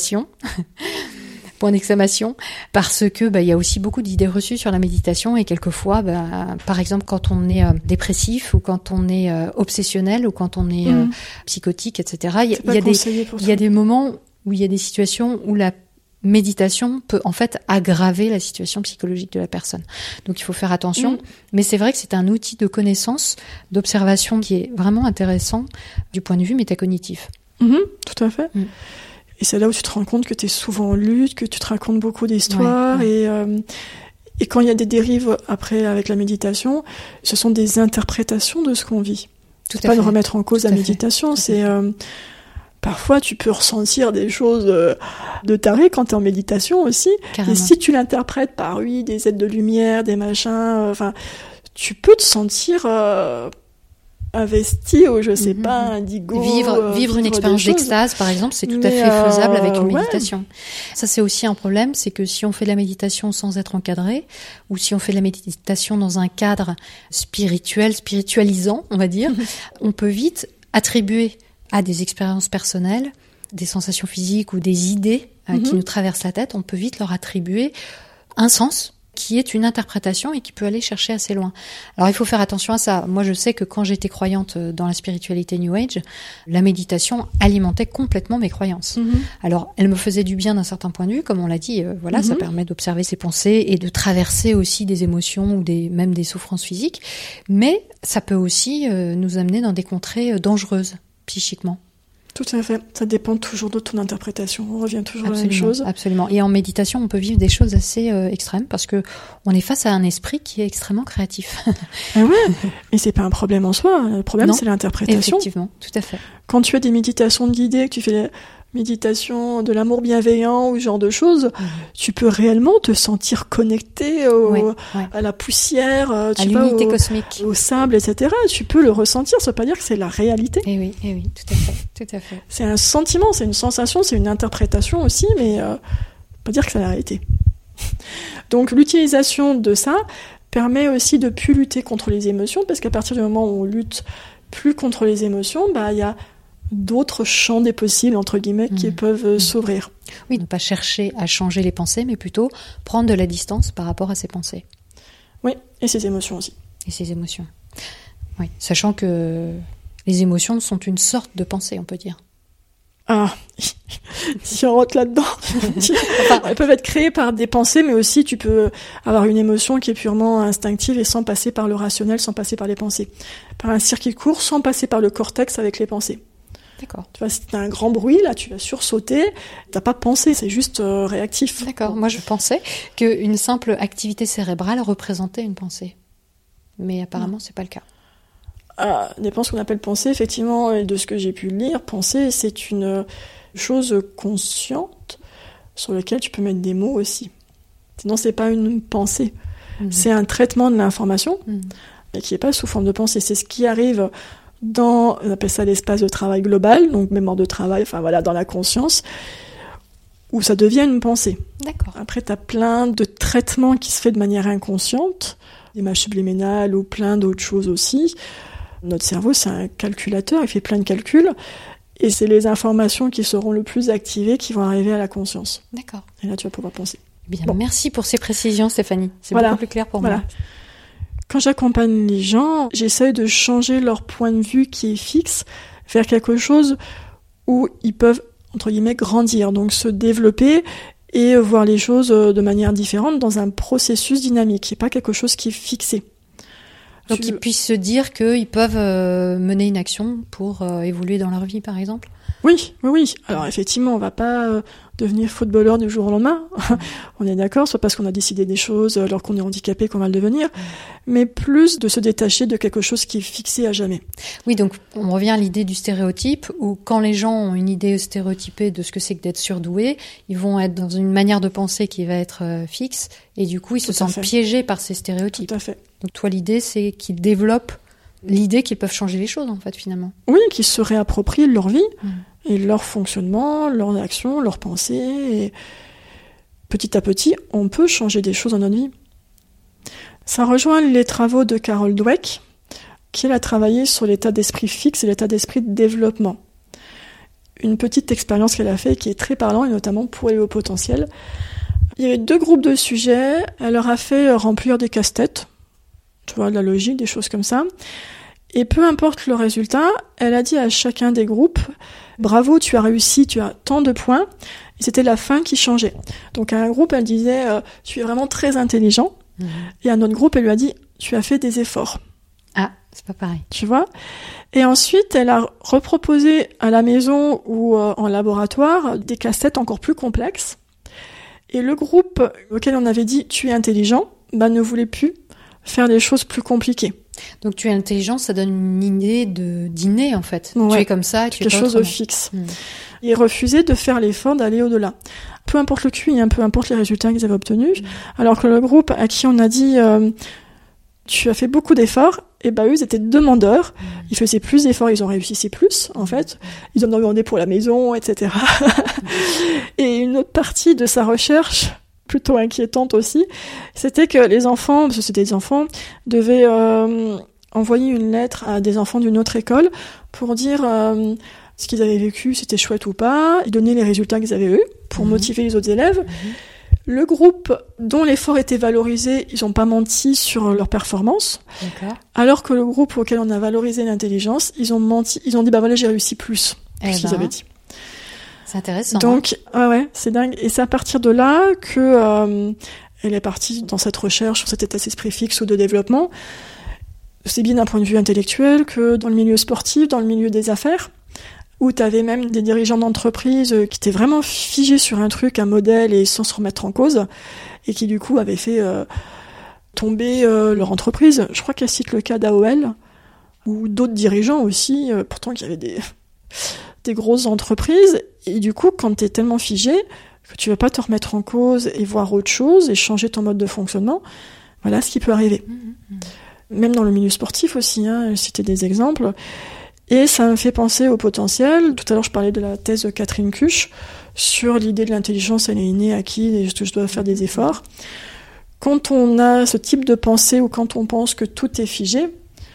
point d'exclamation, parce que bah, y a aussi beaucoup d'idées reçues sur la méditation et quelquefois, bah, par exemple, quand on est euh, dépressif ou quand on est euh, obsessionnel ou quand on est euh, mmh. psychotique, et cetera, il y, y, y a des moments où il y a des situations où la méditation peut en fait aggraver la situation psychologique de la personne. Donc il faut faire attention, mmh. mais c'est vrai que c'est un outil de connaissance, d'observation qui est vraiment intéressant du point de vue métacognitif. Mmh, tout à fait. Mmh. Et c'est là où tu te rends compte que tu es souvent en lutte, que tu te racontes beaucoup d'histoires ouais, ouais. et euh, et quand il y a des dérives après avec la méditation, ce sont des interprétations de ce qu'on vit. Tout c'est pas fait. De remettre en cause tout la méditation, c'est euh, parfois, tu peux ressentir des choses de taré quand t'es en méditation aussi. Carrément. Et si tu l'interprètes par, oui, des aides de lumière, des machins, enfin, euh, tu peux te sentir euh, investi ou je sais mm-hmm. pas, indigo. Vivre, euh, vivre, vivre une expérience d'extase, par exemple, c'est tout Mais à fait faisable euh, avec une méditation. Ouais. Ça, c'est aussi un problème, c'est que si on fait de la méditation sans être encadré, ou si on fait de la méditation dans un cadre spirituel, spiritualisant, on va dire, on peut vite attribuer à des expériences personnelles, des sensations physiques ou des idées euh, mm-hmm. qui nous traversent la tête, on peut vite leur attribuer un sens qui est une interprétation et qui peut aller chercher assez loin. Alors il faut faire attention à ça. Moi je sais que quand j'étais croyante dans la spiritualité New Age, la méditation alimentait complètement mes croyances. Mm-hmm. Alors elle me faisait du bien d'un certain point de vue, comme on l'a dit, euh, voilà, mm-hmm. ça permet d'observer ses pensées et de traverser aussi des émotions ou des, même des souffrances physiques, mais ça peut aussi euh, nous amener dans des contrées euh, dangereuses. Psychiquement. Tout à fait. Ça dépend toujours de ton interprétation. On revient toujours absolument, à la même chose. Absolument. Et en méditation, on peut vivre des choses assez euh, extrêmes parce que on est face à un esprit qui est extrêmement créatif. Ah ouais. Et c'est pas un problème en soi. Le problème, non, c'est l'interprétation. Effectivement. Tout à fait. Quand tu as des méditations guidées, que tu fais méditation de l'amour bienveillant ou ce genre de choses, mmh. tu peux réellement te sentir connecté au, ouais, ouais. à la poussière, tu à sais l'unité pas, au, cosmique, au sable, et cetera. Tu peux le ressentir, ça veut pas dire que c'est la réalité. Et oui, et oui, tout à fait, tout à fait. C'est un sentiment, c'est une sensation, c'est une interprétation aussi, mais euh, pas dire que c'est la réalité. Donc l'utilisation de ça permet aussi de plus lutter contre les émotions, parce qu'à partir du moment où on lutte plus contre les émotions, bah il y a d'autres champs des possibles, entre guillemets, qui mmh. peuvent mmh. s'ouvrir. Oui, ne pas chercher à changer les pensées, mais plutôt prendre de la distance par rapport à ses pensées. Oui, et ses émotions aussi. Et ses émotions. Oui, sachant que les émotions sont une sorte de pensée, on peut dire. Ah, si on rentre là-dedans, enfin, elles peuvent être créées par des pensées, mais aussi tu peux avoir une émotion qui est purement instinctive et sans passer par le rationnel, sans passer par les pensées. Par un circuit court, sans passer par le cortex avec les pensées. D'accord. Tu vois, si t'as un grand bruit, là, tu vas sursauter. T'as pas pensé, c'est juste euh, réactif. D'accord. Moi, je pensais qu'une simple activité cérébrale représentait une pensée. Mais apparemment, non. c'est pas le cas. Ah, dépend ce qu'on appelle pensée, effectivement, et de ce que j'ai pu lire. Penser, c'est une chose consciente sur laquelle tu peux mettre des mots aussi. Sinon, c'est pas une pensée. Mmh. C'est un traitement de l'information, mmh. mais qui est pas sous forme de pensée. C'est ce qui arrive dans, on appelle ça l'espace de travail global, donc mémoire de travail, enfin voilà, dans la conscience, où ça devient une pensée. D'accord. Après, t'as plein de traitements qui se fait de manière inconsciente, l'image subliminale ou plein d'autres choses aussi. Notre cerveau, c'est un calculateur, il fait plein de calculs, et c'est les informations qui seront le plus activées qui vont arriver à la conscience. D'accord. Et là, tu vas pouvoir penser. Bien, bon. Merci pour ces précisions, Stéphanie. C'est voilà. beaucoup plus clair pour voilà. moi. Quand j'accompagne les gens, j'essaye de changer leur point de vue qui est fixe vers quelque chose où ils peuvent, entre guillemets, grandir, donc se développer et voir les choses de manière différente dans un processus dynamique, et pas quelque chose qui est fixé. Donc tu... ils puissent se dire qu'ils peuvent euh, mener une action pour euh, évoluer dans leur vie, par exemple ? Oui, oui, oui. Alors effectivement, on va pas euh, devenir footballeur du jour au lendemain. On est d'accord, soit parce qu'on a décidé des choses alors qu'on est handicapé qu'on va le devenir, mais plus de se détacher de quelque chose qui est fixé à jamais. Oui, donc on revient à l'idée du stéréotype, où quand les gens ont une idée stéréotypée de ce que c'est que d'être surdoué, ils vont être dans une manière de penser qui va être euh, fixe, et du coup ils Tout se sentent fait. piégés par ces stéréotypes. Tout à fait. Donc toi, l'idée, c'est qu'ils développent l'idée qu'ils peuvent changer les choses, en fait, finalement. Oui, qu'ils se réapproprient leur vie, mmh. et leur fonctionnement, leurs actions, leurs pensées. Et petit à petit, on peut changer des choses dans notre vie. Ça rejoint les travaux de Carol Dweck, qui elle a travaillé sur l'état d'esprit fixe et l'état d'esprit de développement. Une petite expérience qu'elle a fait qui est très parlant, et notamment pour les hauts potentiels. Il y avait deux groupes de sujets. Elle leur a fait remplir des casse-têtes, tu vois, de la logique, des choses comme ça. Et peu importe le résultat, elle a dit à chacun des groupes « Bravo, tu as réussi, tu as tant de points ». Et c'était la fin qui changeait. Donc à un groupe, elle disait euh, « Tu es vraiment très intelligent mmh. ». Et à un autre groupe, elle lui a dit « Tu as fait des efforts ». Ah, c'est pas pareil. Tu vois ? Et ensuite, elle a reproposé à la maison ou euh, en laboratoire des cassettes encore plus complexes. Et le groupe auquel on avait dit « Tu es intelligent », bah, ne voulait plus faire des choses plus compliquées. Donc tu es intelligent, ça donne une idée de d'inné en fait. Ouais. Tu es comme ça, tu quelque es chose de fixe. Mmh. Il refusait de faire l'effort d'aller au-delà. Peu importe le Q I, hein, peu importe les résultats qu'ils avaient obtenus. Mmh. Alors que le groupe à qui on a dit euh, tu as fait beaucoup d'efforts, et ben eux ils étaient demandeurs. Mmh. Ils faisaient plus d'efforts, ils ont réussi plus en fait. Ils en ont demandé pour la maison, et cetera. Mmh. Et une autre partie de sa recherche, plutôt inquiétante aussi, c'était que les enfants, parce que c'était des enfants, devaient euh, envoyer une lettre à des enfants d'une autre école pour dire euh, ce qu'ils avaient vécu, c'était chouette ou pas, et donner les résultats qu'ils avaient eus pour mmh. motiver les autres élèves. Mmh. Le groupe dont l'effort était valorisé, ils n'ont pas menti sur leur performance. D'accord. Alors que le groupe auquel on a valorisé l'intelligence, ils ont menti, ils ont dit bah voilà j'ai réussi plus que ce qu'ils avaient dit. C'est intéressant. Donc, hein. ouais, ouais, c'est dingue. Et c'est à partir de là que euh, elle est partie dans cette recherche sur cet état d'esprit fixe ou de développement. C'est bien d'un point de vue intellectuel que dans le milieu sportif, dans le milieu des affaires, où tu avais même des dirigeants d'entreprise qui étaient vraiment figés sur un truc, un modèle, et sans se remettre en cause, et qui du coup avaient fait euh, tomber euh, leur entreprise. Je crois qu'elle cite le cas d'A O L, ou d'autres dirigeants aussi, euh, pourtant qui avaient des... des grosses entreprises, Et du coup, quand t'es tellement figé que tu vas pas te remettre en cause et voir autre chose et changer ton mode de fonctionnement, voilà ce qui peut arriver. Mmh. Même dans le milieu sportif aussi, hein, je citais des exemples. Et ça me fait penser au potentiel. Tout à l'heure, je parlais de la thèse de Catherine Cuche sur l'idée de l'intelligence, elle est innée, acquise, et que je dois faire des efforts. Quand on a ce type de pensée ou quand on pense que tout est figé,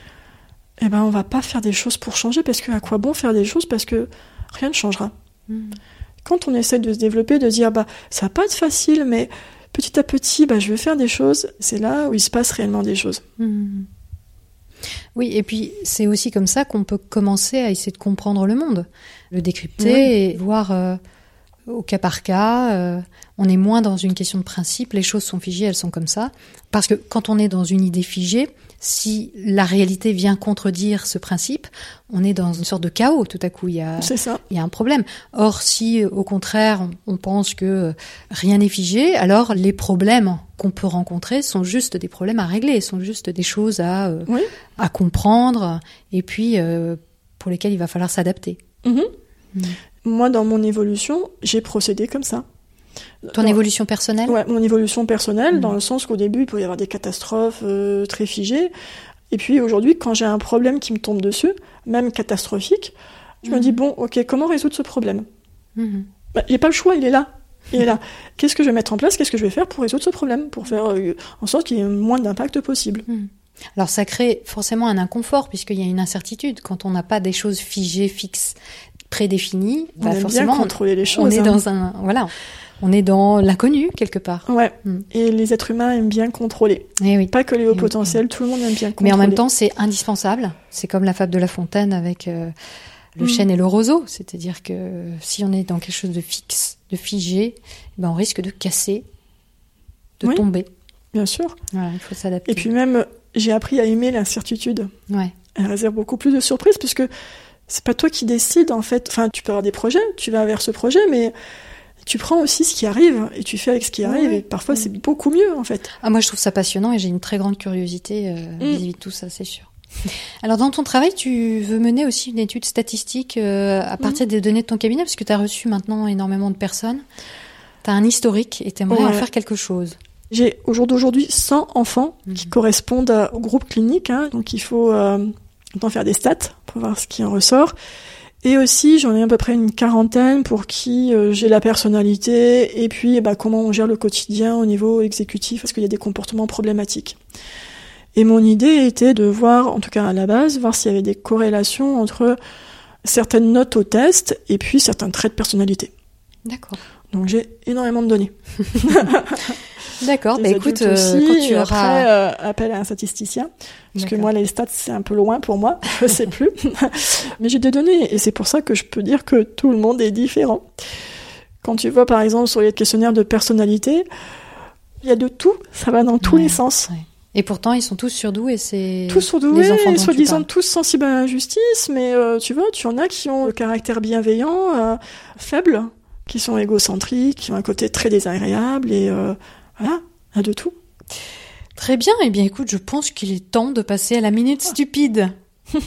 eh ben, on va pas faire des choses pour changer, parce que à quoi bon faire des choses, parce que rien ne changera. Mmh. Quand on essaie de se développer, de dire, bah, ça va pas être facile, mais petit à petit, bah, je vais faire des choses, c'est là où il se passe réellement des choses. Mmh. Oui, et puis c'est aussi comme ça qu'on peut commencer à essayer de comprendre le monde, le décrypter oui. et voir euh, au cas par cas. Euh, on est moins dans une question de principe, les choses sont figées, elles sont comme ça. Parce que quand on est dans une idée figée, si la réalité vient contredire ce principe, on est dans une sorte de chaos tout à coup, il y a, c'est ça. Il y a un problème. Or, si au contraire, on, on pense que rien n'est figé, alors les problèmes qu'on peut rencontrer sont juste des problèmes à régler, sont juste des choses à, euh, oui. à comprendre et puis euh, pour lesquelles il va falloir s'adapter. Mmh. Mmh. Moi, dans mon évolution, j'ai procédé comme ça. Ton dans, évolution personnelle ? Ouais, mon évolution personnelle, mmh. dans le sens qu'au début, il peut y avoir des catastrophes euh, très figées. Et puis aujourd'hui, quand j'ai un problème qui me tombe dessus, même catastrophique, je mmh. me dis, bon, ok, comment résoudre ce problème ? mmh. bah, Il n'y a pas le choix, il est là. Il est là. Qu'est-ce que je vais mettre en place ? Qu'est-ce que je vais faire pour résoudre ce problème ? Pour faire euh, en sorte qu'il y ait le moins d'impact possible. mmh. Alors ça crée forcément un inconfort, puisqu'il y a une incertitude. Quand on n'a pas des choses figées, fixes, prédéfinies, on bah, aime forcément, bien contrôler les choses. On est hein. dans un... Voilà. On est dans l'inconnu, quelque part. Ouais, mm. et les êtres humains aiment bien contrôler. Et oui. Pas que les hauts et potentiels, oui. tout le monde aime bien contrôler. Mais en même temps, c'est indispensable. C'est comme la fable de La Fontaine avec euh, le mm. chêne et le roseau. C'est-à-dire que si on est dans quelque chose de fixe, de figé, ben on risque de casser, de oui, tomber. Bien sûr. Voilà, il faut s'adapter. Et puis même, j'ai appris à aimer l'incertitude. Ouais. Elle réserve beaucoup plus de surprises, puisque c'est pas toi qui décides, en fait. Enfin, tu peux avoir des projets, tu vas vers ce projet, mais... tu prends aussi ce qui arrive et tu fais avec ce qui arrive, oui. et parfois c'est beaucoup mieux en fait. Ah, moi je trouve ça passionnant et j'ai une très grande curiosité euh, mm. vis-à-vis de tout ça, c'est sûr. Alors dans ton travail, tu veux mener aussi une étude statistique euh, à partir mm. des données de ton cabinet, parce que tu as reçu maintenant énormément de personnes. Tu as un historique et tu aimerais ouais. en faire quelque chose. J'ai au jour d'aujourd'hui cent enfants mm. qui correspondent au groupe clinique, hein, donc il faut euh, en faire des stats pour voir ce qui en ressort. Et aussi, j'en ai à peu près une quarantaine pour qui euh, j'ai la personnalité et puis bah, comment on gère le quotidien au niveau exécutif, parce qu'il y a des comportements problématiques. Et mon idée était de voir, en tout cas à la base, voir s'il y avait des corrélations entre certaines notes au test et puis certains traits de personnalité. D'accord. Donc j'ai énormément de données. D'accord, bah écoute, euh, aussi, quand tu et auras... après, euh, appel à un statisticien, parce D'accord. que moi, les stats, c'est un peu loin pour moi, je sais plus. Mais j'ai des données, et c'est pour ça que je peux dire que tout le monde est différent. Quand tu vois, par exemple, sur les questionnaires de personnalité, il y a de tout, ça va dans tous ouais, les sens. Ouais. Et pourtant, ils sont tous surdoués, c'est... Tous surdoués, soi-disant tous sensibles à l'injustice, mais euh, tu vois, tu en as qui ont le caractère bienveillant, euh, faible, qui sont égocentriques, qui ont un côté très désagréable, et... Euh, Voilà, il y a de tout. Très bien, eh bien écoute, je pense qu'il est temps de passer à la minute stupide. La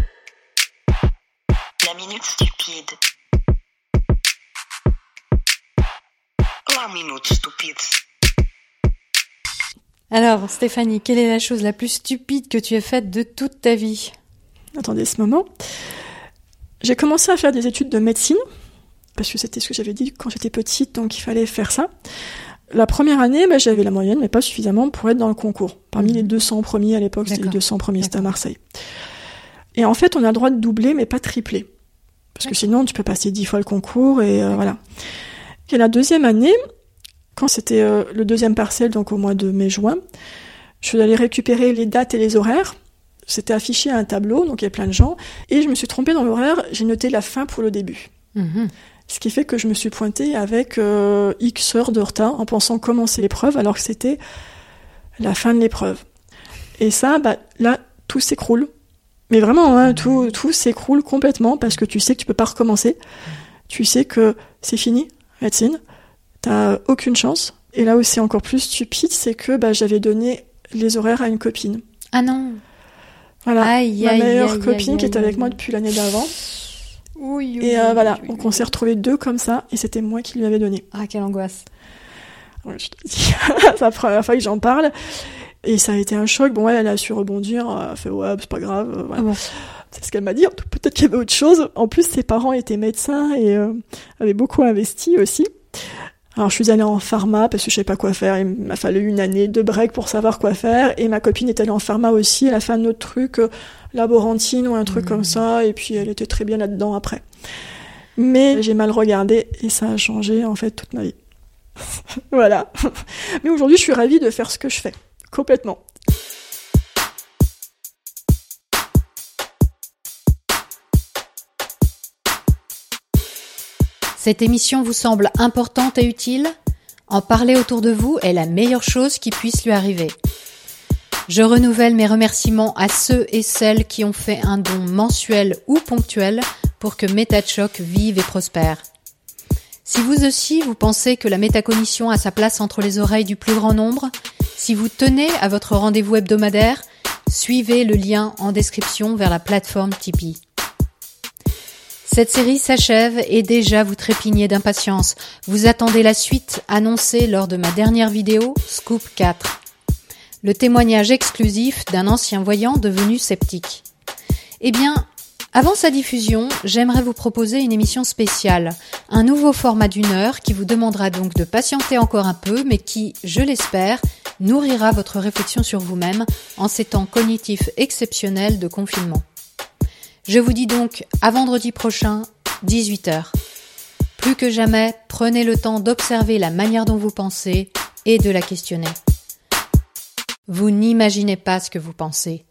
minute stupide. La minute stupide. Alors Stéphanie, quelle est la chose la plus stupide que tu as faite de toute ta vie ? Attendez ce moment. J'ai commencé à faire des études de médecine, parce que c'était ce que j'avais dit quand j'étais petite, donc il fallait faire ça. La première année, bah, j'avais la moyenne, mais pas suffisamment pour être dans le concours. Parmi mmh. les deux cents premiers à l'époque, D'accord. c'était les deux cents premiers, D'accord. c'était à Marseille. Et en fait, on a le droit de doubler, mais pas tripler. Parce D'accord. que sinon, tu peux passer dix fois le concours, et euh, voilà. Et la deuxième année, quand c'était euh, le deuxième partiel, donc au mois de mai-juin, je suis allée récupérer les dates et les horaires. C'était affiché à un tableau, donc il y a plein de gens. Et je me suis trompée dans l'horaire, j'ai noté la fin pour le début. Mmh. Ce qui fait que je me suis pointée avec euh, X heures de retard en pensant commencer l'épreuve alors que c'était la fin de l'épreuve. Et ça, bah, là, tout s'écroule. Mais vraiment, hein, tout, tout s'écroule complètement parce que tu sais que tu peux pas recommencer. Tu sais que c'est fini, médecine. T'as aucune chance. Et là où c'est encore plus stupide, c'est que bah, j'avais donné les horaires à une copine. Ah non. Voilà, aïe, ma aïe, meilleure aïe, copine aïe, qui est aïe, avec aïe. moi depuis l'année d'avant. Oui, oui, Et euh, oui, voilà, oui, oui, donc oui. on s'est retrouvés deux comme ça, et c'était moi qui lui avais donné. Ah, quelle angoisse. Ouais, je te dis, c'est la première fois que j'en parle, et ça a été un choc. Bon, elle, elle a su rebondir, elle a fait ouais, c'est pas grave, euh, voilà. Ah bon. C'est ce qu'elle m'a dit. Peut-être qu'il y avait autre chose. En plus, ses parents étaient médecins et euh, avaient beaucoup investi aussi. Alors, je suis allée en pharma parce que je savais pas quoi faire. Il m'a fallu une année de break pour savoir quoi faire. Et ma copine est allée en pharma aussi. Elle a fait un autre truc, euh, laborantine ou un truc mmh. comme ça. Et puis, elle était très bien là-dedans après. Mais j'ai mal regardé et ça a changé, en fait, toute ma vie. Voilà. Mais aujourd'hui, je suis ravie de faire ce que je fais. Complètement. Cette émission vous semble importante et utile ? En parler autour de vous est la meilleure chose qui puisse lui arriver. Je renouvelle mes remerciements à ceux et celles qui ont fait un don mensuel ou ponctuel pour que MetaChoc vive et prospère. Si vous aussi vous pensez que la métacognition a sa place entre les oreilles du plus grand nombre, si vous tenez à votre rendez-vous hebdomadaire, suivez le lien en description vers la plateforme Tipeee. Cette série s'achève et déjà vous trépignez d'impatience. Vous attendez la suite annoncée lors de ma dernière vidéo, Scoop quatre. Le témoignage exclusif d'un ancien voyant devenu sceptique. Eh bien, avant sa diffusion, j'aimerais vous proposer une émission spéciale, un nouveau format d'une heure qui vous demandera donc de patienter encore un peu, mais qui, je l'espère, nourrira votre réflexion sur vous-même en ces temps cognitifs exceptionnels de confinement. Je vous dis donc à vendredi prochain, dix-huit heures. Plus que jamais, prenez le temps d'observer la manière dont vous pensez et de la questionner. Vous n'imaginez pas ce que vous pensez.